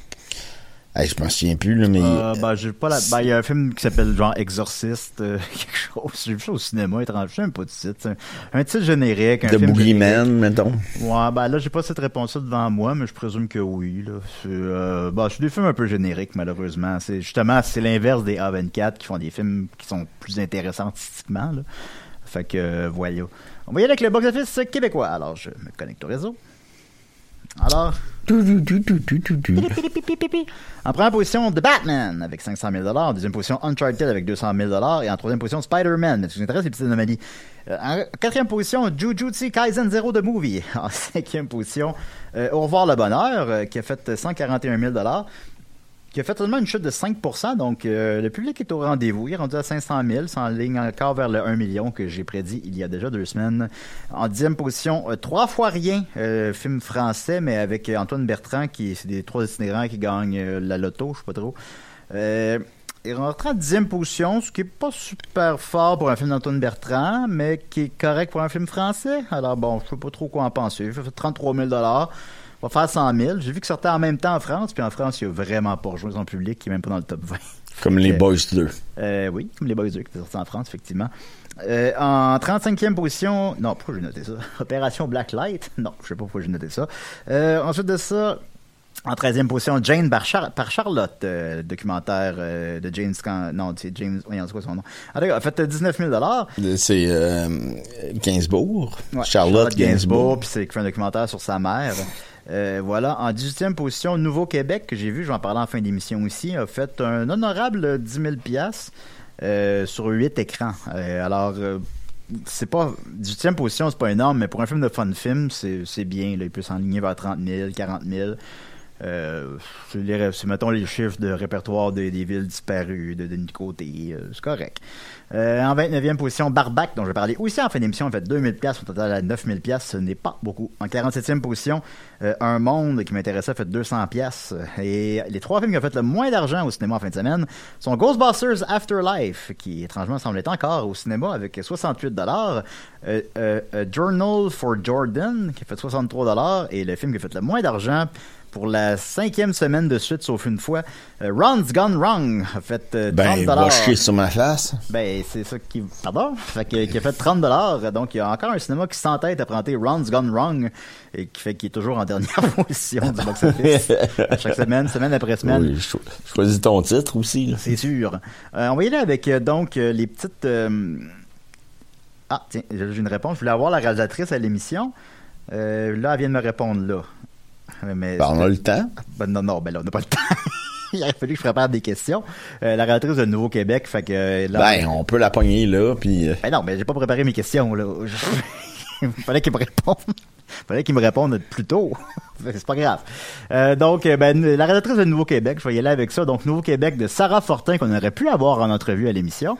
Hey, je m'en souviens plus, là, mais... Euh, ben, j'ai pas la... Ben, il y a un film qui s'appelle genre Exorciste, euh, quelque chose. J'ai vu ça au cinéma, étrange. Je sais même pas de titre. Un, un titre générique. Un The film Boogeyman, mettons. Ouais, ben là, j'ai pas cette réponse-là devant moi, mais je présume que oui, là. C'est, euh, ben, c'est des films un peu génériques, malheureusement. C'est, justement, c'est l'inverse des A vingt-quatre qui font des films qui sont plus intéressants artistiquement, là. Fait que, euh, voilà. On va y aller avec le box-office québécois. Alors, je me connecte au réseau. Alors... En première position, The Batman avec cinq cent mille dollars. En deuxième position, Uncharted avec deux cent mille dollars. Et en troisième position, Spider-Man. Mais ce qui nous intéresse, les petites anomalies. Euh, en quatrième position, Jujutsu Kaisen Zero The Movie. En cinquième position, euh, Au revoir le bonheur, euh, qui a fait cent quarante et un mille dollars. Qui a fait seulement une chute de cinq pour cent, donc euh, le public est au rendez-vous. Il est rendu à cinq cent mille, c'est en ligne encore vers le un million que j'ai prédit il y a déjà deux semaines. En dixième position, euh, Trois fois rien, euh, film français, mais avec euh, Antoine Bertrand, qui c'est des trois itinérants qui gagnent euh, la loto, je sais pas trop. Euh, il rentre en dixième position, ce qui est pas super fort pour un film d'Antoine Bertrand, mais qui est correct pour un film français. Alors bon, je sais pas trop quoi en penser. Il fait trente-trois mille dollars. On va faire cent mille. J'ai vu que sortait en même temps en France, puis en France, il y a vraiment pas rejoint son public, qui est même pas dans le top vingt. Comme les euh, Boys deux. Euh, oui, comme les Boys deux qui étaient sortis en France, effectivement. Euh, en trente-cinquième position... Non, pourquoi j'ai noté ça? Opération Blacklight? Non, je sais pas pourquoi j'ai noté ça. Euh, ensuite de ça... En treizième position, Jane par, Char- par Charlotte, euh, documentaire euh, de James... Can- non, c'est James... Oui, c'est quoi son nom? En tout cas, a fait dix-neuf mille dollars. C'est euh, Gainsbourg. Ouais, Charlotte, Charlotte Gainsbourg. Gainsbourg. Puis c'est qui fait un documentaire sur sa mère. Euh, voilà. En dix-huitième position, Nouveau-Québec, que j'ai vu, je vais en parler en fin d'émission aussi, a fait un honorable dix mille dollars euh, sur huit écrans. Euh, alors... Euh, c'est pas dix-huitième position, c'est pas énorme, mais pour un film de fun film, c'est, c'est bien. Là, il peut s'enligner vers trente mille, quarante mille. Euh, c'est, les, c'est, mettons, les chiffres de répertoire des, des villes disparues de Denis Côté. Euh, c'est correct. Euh, en vingt-neuvième position, Barbac, dont je vais parler aussi en fin d'émission, a fait deux mille dollars, au total à neuf mille dollars, ce n'est pas beaucoup. En quarante-septième position, euh, Un Monde, qui m'intéressait, a fait deux cents dollars. Et les trois films qui ont fait le moins d'argent au cinéma en fin de semaine sont Ghostbusters Afterlife, qui étrangement semble être encore au cinéma avec soixante-huit dollars, euh, euh, euh, Journal for Jordan, qui a fait soixante-trois dollars, et le film qui a fait le moins d'argent pour la cinquième semaine de suite, sauf une fois, euh, Ron's Gone Wrong a fait euh, trente dollars. Ben, va chier sur ma face. Ben, c'est ça qui... Pardon? Fait que, qui a fait trente dollars. Donc, il y a encore un cinéma qui s'entête à présenter Ron's Gone Wrong et qui fait qu'il est toujours en dernière position du box-office. Chaque semaine, semaine après semaine. Oui, cho- choisis ton titre aussi. Là. C'est sûr. Euh, on va y aller avec, euh, donc, euh, les petites... Euh... Ah, tiens, j'ai une réponse. Je voulais avoir la réalisatrice à l'émission. Euh, là, elle vient de me répondre là. Mais ben, on a le temps. Ben, non, non, ben là, on n'a pas le temps. Il aurait fallu que je prépare des questions. Euh, la réalisatrice de Nouveau-Québec, fait que... Là, ben, on peut la pogner là, puis... Ben non, ben j'ai pas préparé mes questions, là. Il fallait qu'il me réponde. Il fallait qu'il me réponde plus tôt. C'est pas grave. Euh, donc, ben, la rédactrice de Nouveau-Québec, je vais y aller avec ça. Donc, Nouveau-Québec de Sarah Fortin, qu'on aurait pu avoir en entrevue à l'émission.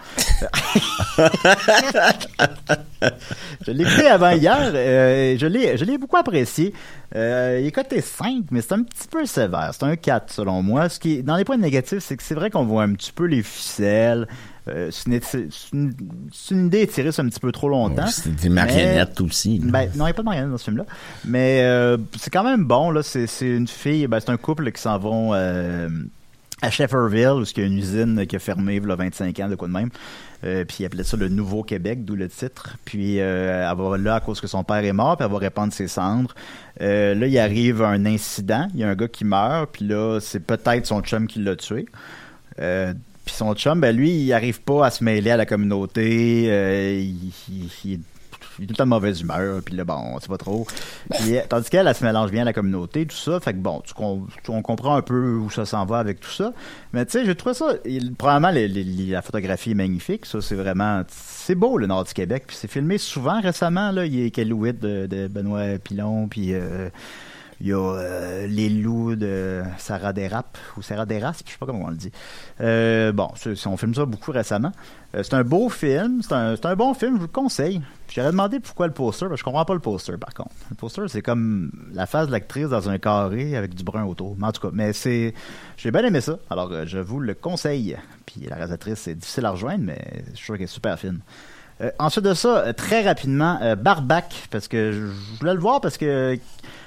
Je l'ai écouté avant hier. Euh, je l'ai, je l'ai beaucoup apprécié. Euh, il est coté cinq, mais c'est un petit peu sévère. C'est un quatre, selon moi. Ce qui est, dans les points négatifs, c'est que c'est vrai qu'on voit un petit peu les ficelles. Euh, c'est, une, c'est, une, c'est une idée étirée un petit peu trop longtemps. C'est des marionnettes mais, aussi. Ben, non, il n'y a pas de marionnettes dans ce film-là. Mais euh, c'est quand même bon. Là. C'est, c'est une fille, ben, c'est un couple qui s'en vont euh, à Shefferville, où il y a une usine qui a fermé il y a vingt-cinq ans, de quoi de même. Euh, puis il appelait ça le Nouveau-Québec, d'où le titre. Puis euh, elle va là à cause que son père est mort, puis elle va répandre ses cendres. Euh, là, il arrive un incident. Il y a un gars qui meurt, puis là, c'est peut-être son chum qui l'a tué. Euh, Puis son chum, ben lui, il arrive pas à se mêler à la communauté. Euh, il, il, il, est, il est tout le temps de mauvaise humeur. Puis là, bon, on sait pas trop. Puis, tandis qu'elle, elle se mélange bien à la communauté, tout ça. Fait que bon, tu, tu, on comprend un peu où ça s'en va avec tout ça. Mais tu sais, j'ai trouvé ça... Il, probablement, les, les, la photographie est magnifique. Ça, c'est vraiment... C'est beau, le nord du Québec. Puis c'est filmé souvent récemment. Là, il y a Kelouit de, de Benoît Pilon. Puis... Euh, il y a euh, Les Loups de Sarah Desrapes, ou Sarah Desrasques, je sais pas comment on le dit. Euh, bon, c'est, c'est, on filme ça beaucoup récemment. Euh, c'est un beau film, c'est un, c'est un bon film, je vous le conseille. J'aurais demandé pourquoi le poster, parce que je comprends pas le poster par contre. Le poster, c'est comme la face de l'actrice dans un carré avec du brun autour. Mais en tout cas, mais c'est, j'ai bien aimé ça, alors euh, je vous le conseille. Puis la réalisatrice, c'est difficile à rejoindre, mais je suis sûr qu'elle est super fine. Euh, ensuite de ça, très rapidement, euh, Barbac, parce que je, je voulais le voir parce que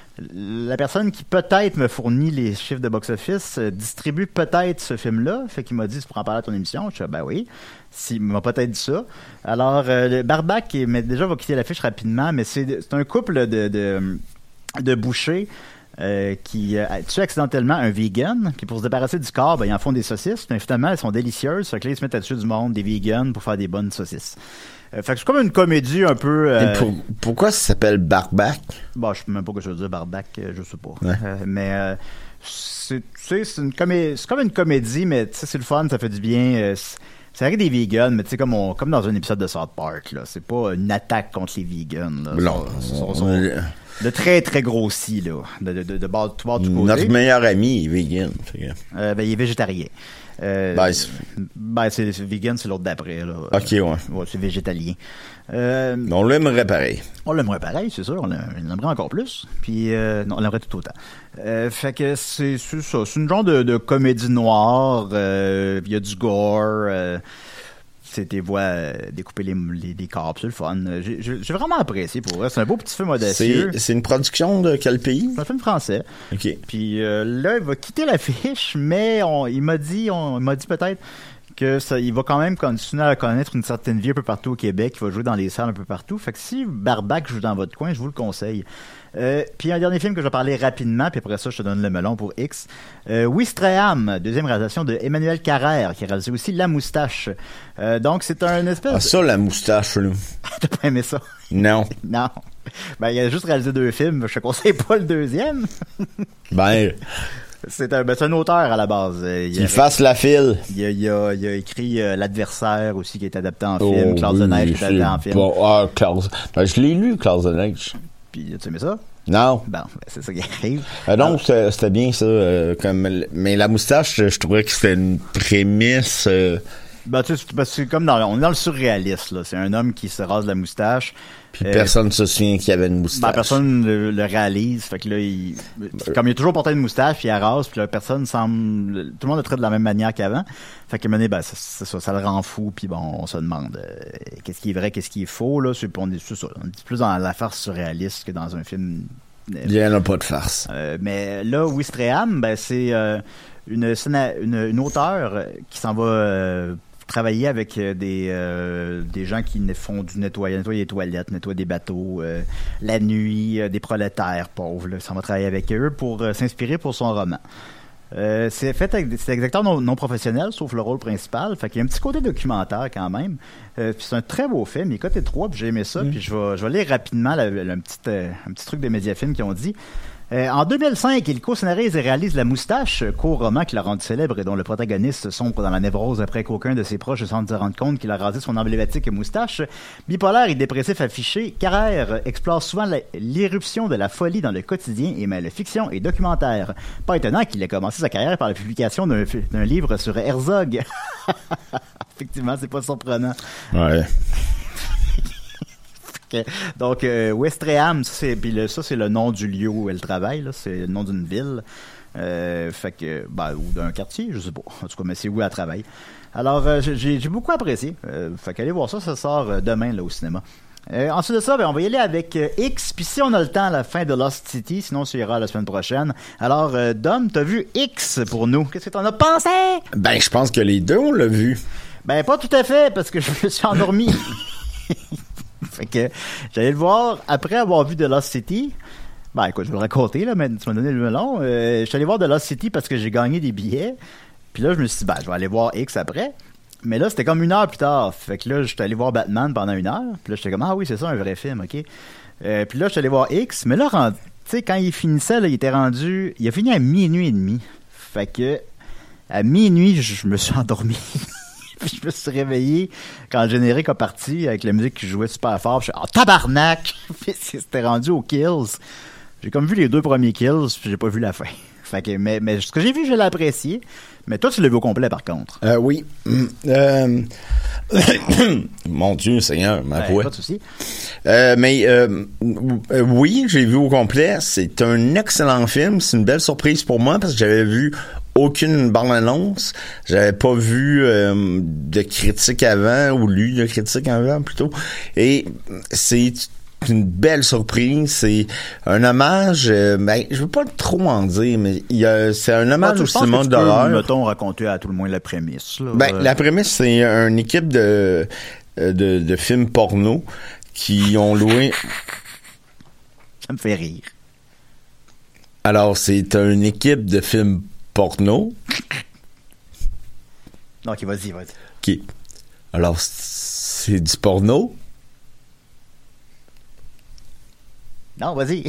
la personne qui peut-être me fournit les chiffres de box-office euh, distribue peut-être ce film-là. Fait qu'il m'a dit, tu pourras en parler à ton émission. Je dis, ben oui. Il m'a peut-être dit ça. Alors, euh, Barbac, mais déjà, on va quitter l'affiche rapidement, mais c'est, c'est un couple de, de, de bouchers euh, qui euh, tue accidentellement un vegan. Puis pour se débarrasser du corps, ben, ils en font des saucisses. Mais finalement, elles sont délicieuses. Fait que là, ils se mettent à tuer du monde, des vegans, pour faire des bonnes saucisses. Euh, fait que c'est comme une comédie un peu... Euh... Et pour, pourquoi ça s'appelle Barbac? Bon, je sais même pas ce que je veux dire, Barbac, euh, je sais pas. Ouais. Euh, mais euh, c'est, c'est, une comé- c'est comme une comédie, mais tu sais, c'est le fun, ça fait du bien. Euh, c'est avec des vegans, mais tu sais, comme, on, comme dans un épisode de South Park, là. C'est pas une attaque contre les vegans. Là. Non. Sont, sont, sont, euh, de très, très grossi, là. De, de, de, de bord, tout bord du côté. Notre meilleur ami est vegan. Euh, ben, il est végétarien. Euh, ben, c'est... ben, c'est, c'est vegan, c'est l'autre d'après, là. Ok, ouais. Ouais, c'est végétalien. Euh, on l'aimerait pareil. On l'aimerait pareil, c'est sûr. On l'aimerait encore plus. Puis, euh, non, on l'aimerait tout autant. Euh, fait que c'est, c'est ça. C'est une genre de, de comédie noire. Euh, il y a du gore. Euh, c'est des voix euh, découper les, les, les corps, c'est le fun. J'ai, j'ai, j'ai vraiment apprécié pour vrai. C'est un beau petit film audacieux. C'est, c'est une production de quel pays? C'est un film français. OK. Puis euh, là, il va quitter l'affiche, mais on, il m'a dit, on, il m'a dit peut-être que ça, il va quand même continuer à connaître une certaine vie un peu partout au Québec. Il va jouer dans les salles un peu partout. Fait que si Barbac joue dans votre coin, je vous le conseille. Euh, puis un dernier film que je vais parler rapidement, puis après ça, je te donne le melon pour X. Euh, Ouistreham, deuxième réalisation de Emmanuel Carrère, qui a réalisé aussi La Moustache. Euh, donc, c'est un espèce... Ah, ça, La Moustache, là. T'as pas aimé ça? Non. Non. Ben, il a juste réalisé deux films. Je te conseille pas le deuxième. Ben... C'est un, ben, c'est un auteur à la base. Il Qu'il fasse la file. Il a, il a, il a écrit euh, L'Adversaire aussi, qui est adapté en film. Oh, Claude oui, de Neige, qui est adapté en film. Bon, ah, Claude. Ben, je l'ai lu, Claude de Neige. Puis, tu aimais ça? Non. Bon, ben, c'est ça qui arrive. Euh, donc, c'était, c'était bien ça. Euh, comme, mais La Moustache, je trouvais que c'était une prémisse... Euh, Ben, tu sais, c'est, c'est comme dans, on est dans le surréaliste, là. C'est un homme qui se rase la moustache. Puis euh, personne ne se souvient qu'il y avait une moustache. Ben, personne le, le réalise. Fait que là, il, ben, comme il a toujours porté une moustache, puis il la rase, puis là, personne semble, tout le monde le traite de la même manière qu'avant. Fait qu'à un moment donné, ben, c'est, c'est ça, ça le rend fou, puis bon, on se demande, euh, qu'est-ce qui est vrai, qu'est-ce qui est faux, là. C'est, on est, c'est ça, on est plus dans la farce surréaliste que dans un film. Euh, il n'y en a pas de farce. Euh, mais là, Ouistreham, ben, c'est, euh, une, une, une auteure qui s'en va, euh, travailler avec des euh, des gens qui font du nettoyage, nettoyer des toilettes, nettoyer des bateaux, euh, la nuit, euh, des prolétaires pauvres. Là, ça va travailler avec eux pour euh, s'inspirer pour son roman. Euh, c'est fait avec c'est des acteurs non, non professionnels, sauf le rôle principal. Fait qu'il y a un petit côté documentaire quand même. Euh, puis c'est un très beau film. Il est coté trois, puis j'ai aimé ça. Mmh. Puis je vais je vais lire rapidement la, la, un petit euh, un petit truc des Mediafilms qui ont dit. Euh, en deux mille cinq, il co-scénarise et réalise La Moustache, court roman qui l'a rendu célèbre et dont le protagoniste sombre dans la névrose après qu'aucun de ses proches ne semble se rendre compte qu'il a rasé son emblématique moustache. Bipolaire et dépressif affiché, Carrère explore souvent la, l'irruption de la folie dans le quotidien et mêle fiction et documentaire. Pas étonnant qu'il ait commencé sa carrière par la publication d'un, d'un livre sur Herzog. Effectivement, c'est pas surprenant. Ouais. Donc, euh, Ouistreham, ça c'est, puis le, ça, c'est le nom du lieu où elle travaille, là, c'est le nom d'une ville. Euh, fait que, ben, ou d'un quartier, je sais pas. En tout cas, mais c'est où elle travaille. Alors, euh, j'ai, j'ai beaucoup apprécié. Euh, fait qu'allez voir ça, ça sort demain là, au cinéma. Euh, ensuite de ça, ben, on va y aller avec euh, X, puis si on a le temps à la fin de Lost City, sinon ça ira la semaine prochaine. Alors, euh, Dom, t'as vu X pour nous. Qu'est-ce que t'en as pensé? Ben, je pense que les deux, on l'a vu. Ben, pas tout à fait, parce que je me suis endormi. Fait que j'allais le voir après avoir vu The Lost City. Ben écoute, je vais le raconter là, mais tu m'as donné le melon. Euh, je suis allé voir The Lost City parce que j'ai gagné des billets. Puis là, je me suis dit, ben je vais aller voir X après. Mais là, c'était comme une heure plus tard. Fait que là, j'étais allé voir Batman pendant une heure. Puis là, j'étais comme, ah oui, c'est ça, un vrai film, ok. Euh, puis là, j'étais allé voir X. Mais là, tu sais, quand il finissait, là, il était rendu... Il a fini à minuit et demi. Fait que à minuit, je me suis endormi. Puis je me suis réveillé quand le générique a parti avec la musique qui jouait super fort. Je suis oh tabarnak! Puis c'était rendu aux kills. J'ai comme vu les deux premiers kills, puis j'ai pas vu la fin. Fait que, mais, mais ce que j'ai vu, je l'ai apprécié. Mais toi, tu l'as vu au complet, par contre. Euh, oui. Euh... Mon Dieu, Seigneur, ma ben, voix. Pas de souci. Euh, mais euh, euh, oui, j'ai vu au complet. C'est un excellent film. C'est une belle surprise pour moi parce que j'avais vu aucune bande-annonce. J'avais pas vu euh, de critique avant ou lu de critique avant plutôt. Et c'est une belle surprise. C'est un hommage. Euh, ben, je veux pas trop en dire, mais il y a, c'est un hommage ah, au cinéma d'horreur. Mettons raconter à tout le moins la prémisse. Là. Ben, la prémisse, c'est une équipe de de, de films porno qui ont loué. Ça me fait rire. Alors, c'est une équipe de films porno. Ok, vas-y, vas-y. Ok. Alors, c'est du porno. Non, vas-y.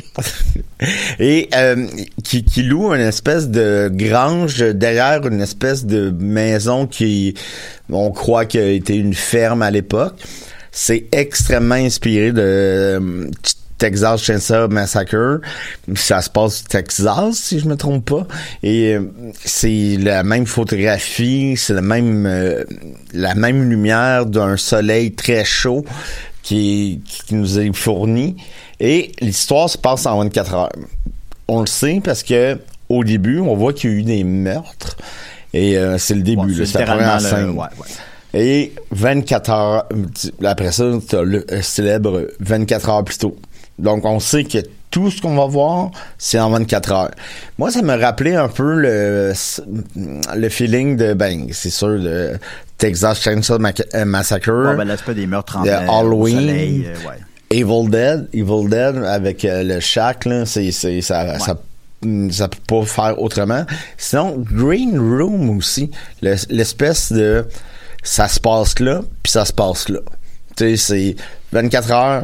Et euh, qui, qui loue une espèce de grange derrière une espèce de maison qui, on croit, qui a été une ferme à l'époque. C'est extrêmement inspiré de euh, Texas Chainsaw Massacre. Ça se passe au Texas, si je me trompe pas. Et euh, c'est la même photographie, c'est la même euh, la même lumière d'un soleil très chaud qui, qui nous est fourni. Et l'histoire se passe en vingt-quatre heures. On le sait parce que au début, on voit qu'il y a eu des meurtres. Et euh, c'est le début, ouais, là, c'est la première scène. Le... Ouais, ouais. Et vingt-quatre heures, après ça, t'as le célèbre vingt-quatre heures plus tôt. Donc, on sait que tout ce qu'on va voir, c'est en vingt-quatre heures. Moi, ça me rappelait un peu le, le feeling de, ben, c'est sûr, de Texas Chainsaw Massacre. Ouais, ben, l'aspect des meurtres en de Halloween. Soleil, euh, ouais. Evil Dead, Evil Dead avec euh, le shack, là, c'est, c'est, ça, ouais. ça, ça peut pas faire autrement. Sinon, Green Room aussi, le, l'espèce de, ça se passe là, puis ça se passe là. Tu sais, c'est vingt-quatre heures,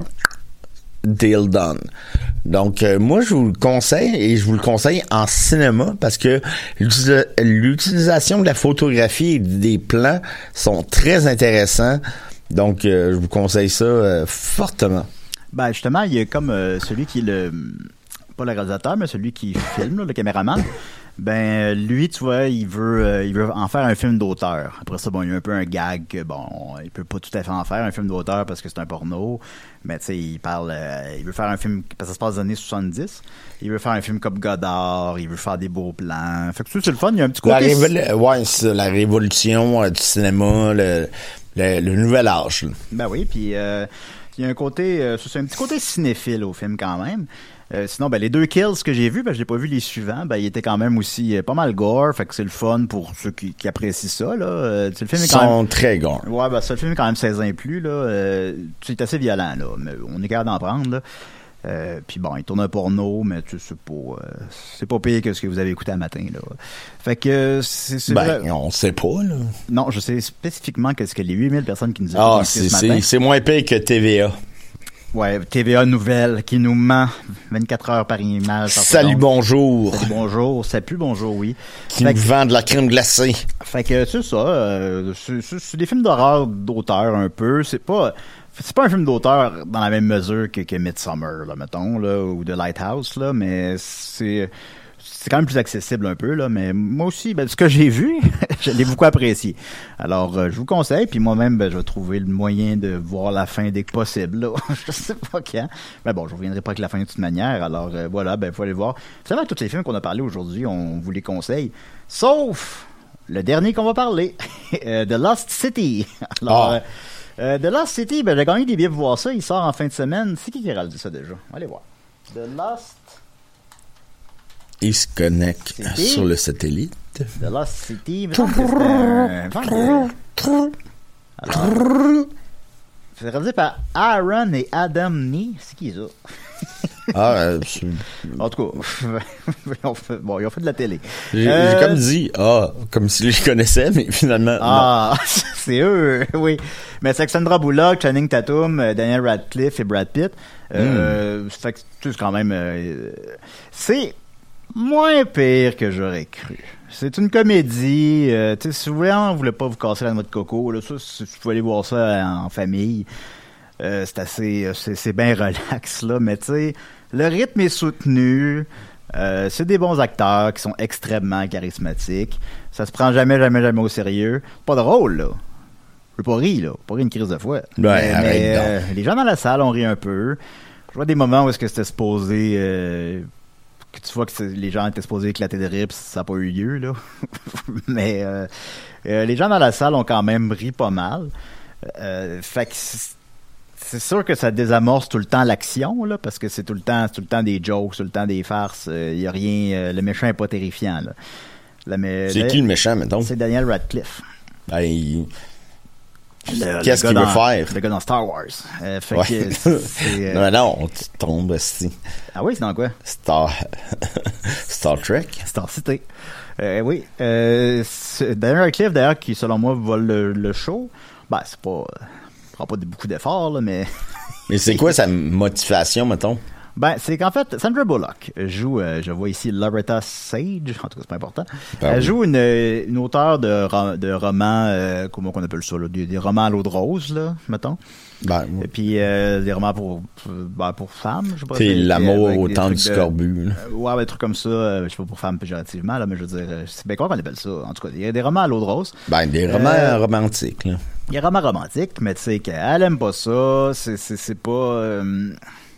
deal done. Donc, euh, moi, je vous le conseille, et je vous le conseille en cinéma, parce que l'util- l'utilisation de la photographie et des plans sont très intéressants. Donc, euh, je vous conseille ça euh, fortement. Ben, justement, il y a comme euh, celui qui est le... pas le réalisateur, mais celui qui filme, là, le caméraman. Ben, lui, tu vois, il veut euh, il veut en faire un film d'auteur. Après ça, bon, il y a un peu un gag que, bon, il peut pas tout à fait en faire un film d'auteur parce que c'est un porno. Mais, tu sais, il parle... Euh, il veut faire un film... parce que ça se passe dans les années soixante-dix. Il veut faire un film comme Godard. Il veut faire des beaux plans. Fait que ça, c'est le fun. Il y a un petit côté... La, révol- ouais, c'est la révolution euh, du cinéma, le, le, le nouvel âge. Là. Ben oui, puis... Euh, il y a un côté... Euh, c'est un petit côté cinéphile au film, quand même. Euh, sinon, ben, les deux kills que j'ai vus, ben, je n'ai pas vu les suivants, ben, ils étaient quand même aussi euh, pas mal gore, fait que c'est le fun pour ceux qui, qui apprécient ça, là. Euh, le film est quand sont même... très gore. Ouais, ben, ça, le film est quand même seize ans et plus, là. Euh, c'est assez violent, là, mais on est capable d'en prendre, là. Euh, puis bon, il tourne un porno, mais tu sais, c'est pas, euh, c'est pas pire que ce que vous avez écouté un matin, là. Fait que, c'est, c'est ben, vrai... on sait pas, là. Non, je sais spécifiquement que ce que les huit mille personnes qui nous écoutent Ah, ce c'est, matin... c'est, c'est moins pire que T V A. Ouais, T V A Nouvelle qui nous ment vingt-quatre heures par image. Par Salut, seconde. bonjour. Salut, bonjour. Ça pue, bonjour, oui. Qui fait nous que, vend de la crème glacée. Fait que c'est ça. Euh, c'est, c'est, c'est des films d'horreur d'auteur un peu. C'est pas... C'est pas un film d'auteur dans la même mesure que, que Midsommar, là, mettons, là, ou The Lighthouse, là, mais c'est... C'est quand même plus accessible un peu, là, mais moi aussi, ben, ce que j'ai vu, je l'ai beaucoup apprécié. Alors, euh, je vous conseille, puis moi-même, ben, je vais trouver le moyen de voir la fin dès que possible, là. Je sais pas quand. Mais bon, je reviendrai pas avec la fin de toute manière, alors euh, voilà, ben, il faut aller voir. Vous savez, tous les films qu'on a parlé aujourd'hui, on vous les conseille, sauf le dernier qu'on va parler, The Lost City. Alors, Ah. euh, The Lost City, ben, j'ai gagné des billets pour voir ça, il sort en fin de semaine. C'est qui qui a réalisé ça déjà? Allez voir. The Lost Il se connecte City. sur le satellite. The Lost City. Il me semble que c'était un- Alors, c'est réalisé par Aaron et Adam Nee. C'est qui ça? Ah, euh, c'est- En tout cas, ils ont fait, bon, ils ont fait de la télé. j'ai, Euh, j'ai comme dit, ah, comme si je les connaissais, mais finalement, Ah, c'est eux, oui. Mais c'est Sandra Bullock, Channing Tatum, euh, Daniel Radcliffe et Brad Pitt. Euh, Hmm. ça fait que c'est quand même... euh, c'est moins pire que j'aurais cru. C'est une comédie. Euh, tu sais, si vous voulez, on voulait pas vous casser la noix de coco, là, ça, si vous pouvez aller voir ça en famille. Euh, c'est assez... C'est, c'est bien relax, là. Mais tu sais, le rythme est soutenu. Euh, c'est des bons acteurs qui sont extrêmement charismatiques. Ça se prend jamais, jamais, jamais au sérieux. Pas drôle, là. Je veux pas rire, là. Pas rire une crise de fouet. Ben, mais, arrête mais, donc. euh, les gens dans la salle ont ri un peu. Je vois des moments où est-ce que c'était supposé... Euh, que tu vois que c'est- les gens étaient supposés éclater de rire, pis ça n'a pas eu lieu, là. mais euh, euh, les gens dans la salle ont quand même ri pas mal. Euh, fait que c'est, c'est sûr que ça désamorce tout le temps l'action, là, parce que c'est tout le temps, c'est tout le temps des jokes, tout le temps des farces. Il euh, y a rien... Euh, le méchant est pas terrifiant, là. La, mais, c'est le- qui le méchant, mettons? C'est Daniel Radcliffe. Ben, il- Le- Qu'est-ce le qu'il gars veut dans- faire? Le gars dans Star Wars. Euh, fait Ouais. que c'est, c'est, euh, Non, non, tu tombes aussi. Ah oui, c'est dans quoi? Star... Star Trek? Star City. Euh, oui. Euh, c'est- Daniel Radcliffe, d'ailleurs, qui, selon moi, vole le, le show. Ben, c'est pas... fera pas de, beaucoup d'efforts, là, mais... Mais c'est quoi sa motivation, mettons? Ben, c'est qu'en fait, Sandra Bullock joue, euh, je vois ici Loretta Sage, en tout cas, c'est pas important. Ben Elle oui. joue une, une auteure de, ro- de romans, euh, comment on appelle ça, là, des, des romans à l'eau de rose, là, mettons. Ben, Et puis, euh, des romans pour, pour, ben, pour femmes, je sais pas. c'est avec- l'amour avec au des temps trucs du de- scorbut. là. Euh, ouais, des trucs comme ça, euh, je sais pas pour femmes péjorativement, là, mais je veux dire, euh, c'est bien quoi qu'on appelle ça. En tout cas, il y a des romans à l'eau de rose. Ben, des romans Euh, romantiques. Là. Il y a des romans romantiques, mais tu sais qu'elle aime pas ça, c'est, c'est, c'est pas... Euh,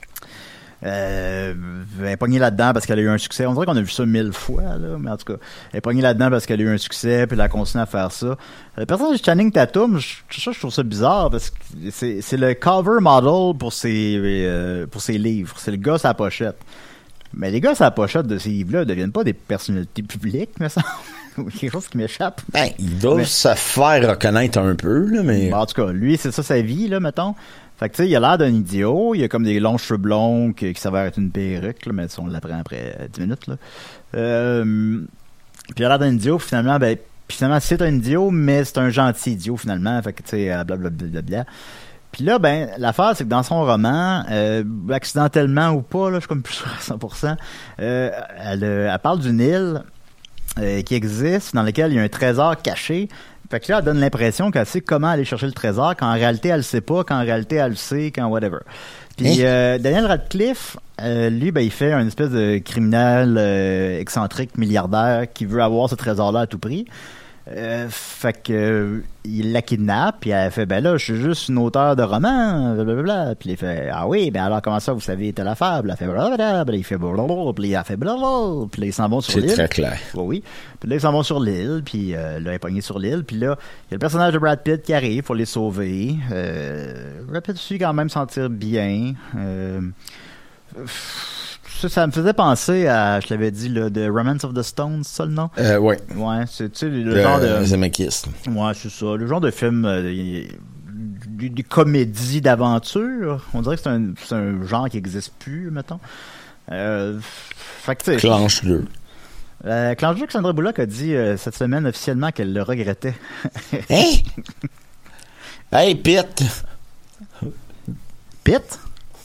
euh, elle est pognée là-dedans parce qu'elle a eu un succès. On dirait qu'on a vu ça mille fois, là, mais en tout cas, elle est pognée là-dedans parce qu'elle a eu un succès, puis elle a continué à faire ça. Le personnage de Channing Tatum, je, ça, je trouve ça bizarre parce que c'est, c'est le cover model pour ses, euh, pour ses livres. C'est le gars sur la pochette. Mais les gars sur la pochette de ces livres-là ne deviennent pas des personnalités publiques, me semble. Ou quelque chose qui m'échappe. Ben, ils doivent Mais- se faire reconnaître un peu, là, mais... Bon, en tout cas, lui, c'est ça sa vie, là, mettons. Fait que, tu sais, il a l'air d'un idiot. Il a comme des longs cheveux blonds qui, qui s'avèrent être une perruque, là, mais ça, on l'apprend après euh, dix minutes, là. Euh, puis il a l'air d'un idiot, puis finalement, ben, puis finalement, c'est un idiot, mais c'est un gentil idiot, finalement. Fait que, tu sais, euh, blablabla. Puis là, ben, l'affaire, c'est que dans son roman, euh, accidentellement ou pas, là, je suis comme plus sûr à cent pour cent, euh, elle, euh, elle parle d'une île euh, qui existe, dans laquelle il y a un trésor caché. Fait que là, elle donne l'impression qu'elle sait comment aller chercher le trésor, qu'en réalité, elle le sait pas, qu'en réalité, elle le sait, qu'en whatever. Puis euh, Daniel Radcliffe, euh, lui, ben, il fait un espèce de criminel euh, excentrique, milliardaire, qui veut avoir ce trésor-là à tout prix. Euh, fait que euh, il la kidnappe, puis elle fait ben là, je suis juste une auteure de roman, blablabla. Puis il fait ah oui, ben alors comment ça vous savez telle affaire? Puis elle fait blablabla, puis il fait blablabla, puis elle fait blablabla, puis là ils s'en vont sur C'est l'île. très clair. Oui, oui. Puis là ils s'en vont sur l'île, puis euh, là elle est pognée sur l'île, puis là il y a le personnage de Brad Pitt qui arrive pour les sauver. Euh, Brad Pitt aussi quand même sentir bien. Euh, Ça, ça me faisait penser à, je l'avais dit, là, de Romance of the Stones, c'est ça le nom? Euh, ouais. Ouais, c'est, tu sais, le Euh, genre de... Zemeckis. Ouais, c'est ça. Le genre de film, euh, y- des, des comédies d'aventure. On dirait que c'est un, c'est un genre qui n'existe plus, mettons. Euh, fait que, tu sais... Clanche deux. Euh, Clanche deux, Sandra Bullock a dit euh, cette semaine officiellement qu'elle le regrettait. Hein? Hey, Pete! Pitt?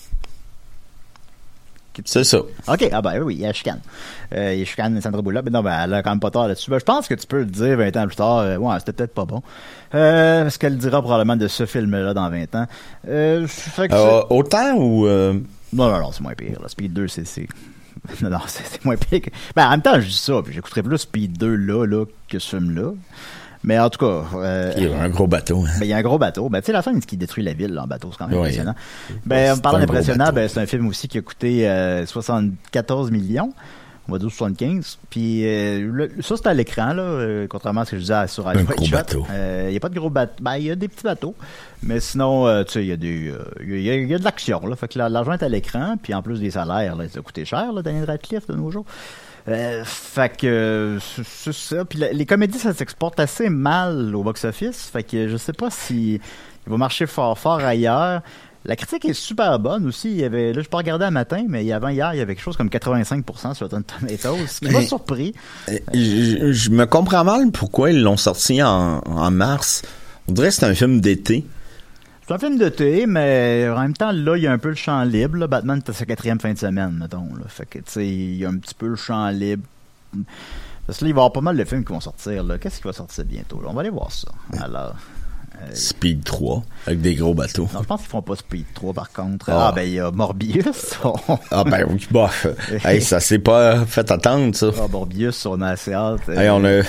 C'est ça. OK, ah ben oui, il y a chicane. Euh, il y a chicane Sandra Bullock, mais non, ben elle a quand même pas tort là-dessus. Ben, je pense que tu peux le dire vingt ans plus tard, euh, ouais, c'était peut-être pas bon. Euh, parce qu'elle dira probablement de ce film-là dans vingt ans. Euh, fait que Euh, autant ou... euh, c'est- Non, non, non, c'est moins pire. Là. Speed deux, c'est... c'est... Non, non, c'est, c'est moins pire que... Ben, en même temps, je dis ça, puis j'écouterais plus Speed deux là, là, que ce film-là. Mais en tout cas... Euh, Il y a un gros bateau. hein. ben, il y a un gros bateau. Ben, tu sais, la scène qui détruit la ville là, en bateau, c'est quand même Oui. impressionnant. Ouais, Ben, en c'est parlant un gros d'impressionnant, bateau. ben, c'est un film aussi qui a coûté euh, soixante-quatorze millions. On va dire soixante-quinze. Puis euh, le- ça, c'est à l'écran, là, euh, contrairement à ce que je disais sur Ice Un White gros Shot. bateau. Euh, Il n'y a pas de gros bateau. Ben, il y a des petits bateaux. Mais sinon, euh, tu sais, il y a des, euh, il y a, il y a de l'action, là. Fait que la- l'argent est à l'écran. Puis en plus des salaires, là, ça a coûté cher, là, Daniel Radcliffe, de nos jours. Euh, fait que euh, c'est c'est ça. Puis la- les comédies, ça s'exporte assez mal au box-office. Fait que je sais pas si il va marcher fort fort ailleurs. La critique est super bonne aussi. Il y avait, là, je peux regarder un matin, mais avant hier, il y avait quelque chose comme quatre-vingt-cinq pour cent sur Rotten Tomatoes, ce qui m'a Mais- surpris. Euh, Je, je me comprends mal pourquoi ils l'ont sorti en, en mars. On dirait que c'est un film d'été. C'est un film de thé, mais en même temps, là, il y a un peu le champ libre. Là. Batman, c'est sa quatrième fin de semaine, mettons. Là. Fait que, tu sais, il y a un petit peu le champ libre. Parce que là, il va y avoir pas mal de films qui vont sortir. Là. Qu'est-ce qui va sortir bientôt? Là? On va aller voir ça. Alors... euh, Speed trois, avec des gros bateaux. Non, je pense qu'ils font pas Speed trois, par contre. Ah. Ah, ben, il y a Morbius. Ah ben oui, bof. Hey, ça s'est pas fait attendre, ça. Ah, Morbius, on a assez hâte. Hey, on a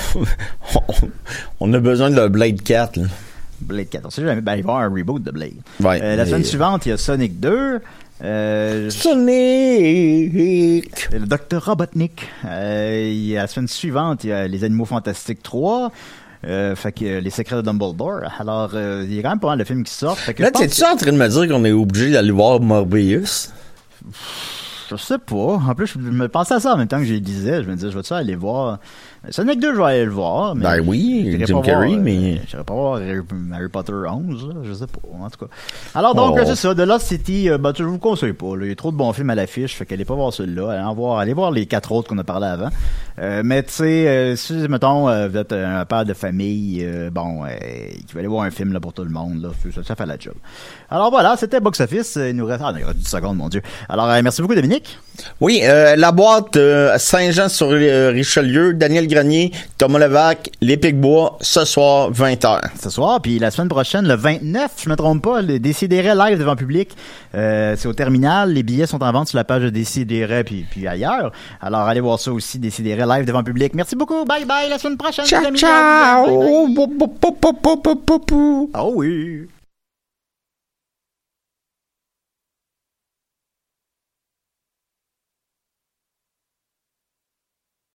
on a besoin de le Blade quatre, là. Blade quatre. On sait jamais. Ben, il va y avoir un reboot de Blade. Ouais. Euh, la Mais- semaine suivante, il y a Sonic deux. Euh, Sonic! le docteur Robotnik. Euh, il y a la semaine suivante, il y a Les Animaux Fantastiques trois. Euh, fait que euh, Les Secrets de Dumbledore. Alors, euh, il y a quand même pas mal de films qui sortent. Fait que Là, je pense t'es-tu que- en train de me dire qu'on est obligé d'aller voir Morbius? Je sais pas. En plus, je me pensais à ça en même temps que je le disais. Je me disais, je vais-tu aller voir. Sonic deux, je vais aller le voir. Mais Ben oui, j'irai Jim pas voir, Carrey, euh, mais... j'irai pas voir Harry, Harry Potter onze, là, je sais pas, en tout cas. Alors donc, Oh. c'est ça, The Lost City, euh, ben, je vous le conseille pas, là. Il y a trop de bons films à l'affiche, fait qu'allez pas voir celui-là, allez en voir, allez voir les quatre autres qu'on a parlé avant. Euh, mais tu sais, euh, si, mettons, euh, vous êtes un père de famille, euh, bon, euh, qui veut aller voir un film là, pour tout le monde, là, ça, ça fait la job. Alors voilà, c'était Box Office. Il nous reste... Ah, il y aura dix secondes, mon Dieu. Alors, euh, merci beaucoup, Dominique. Oui, euh, la boîte euh, Saint-Jean-sur-Richelieu, Daniel Grenier, Thomas Levac, Les Picbois, ce soir, vingt heures. Ce soir, puis la semaine prochaine, le vingt-neuf, je me trompe pas, le Décideret live devant public, euh, c'est au Terminal. Les billets sont en vente sur la page de Décideret puis, puis ailleurs. Alors, allez voir ça aussi, Décideret live devant public. Merci beaucoup. Bye bye, la semaine prochaine. Ciao, les amis. ciao. Bye bye. Oh, bo, bo, bo, bo, bo, bo, bo, bo. Oh oui.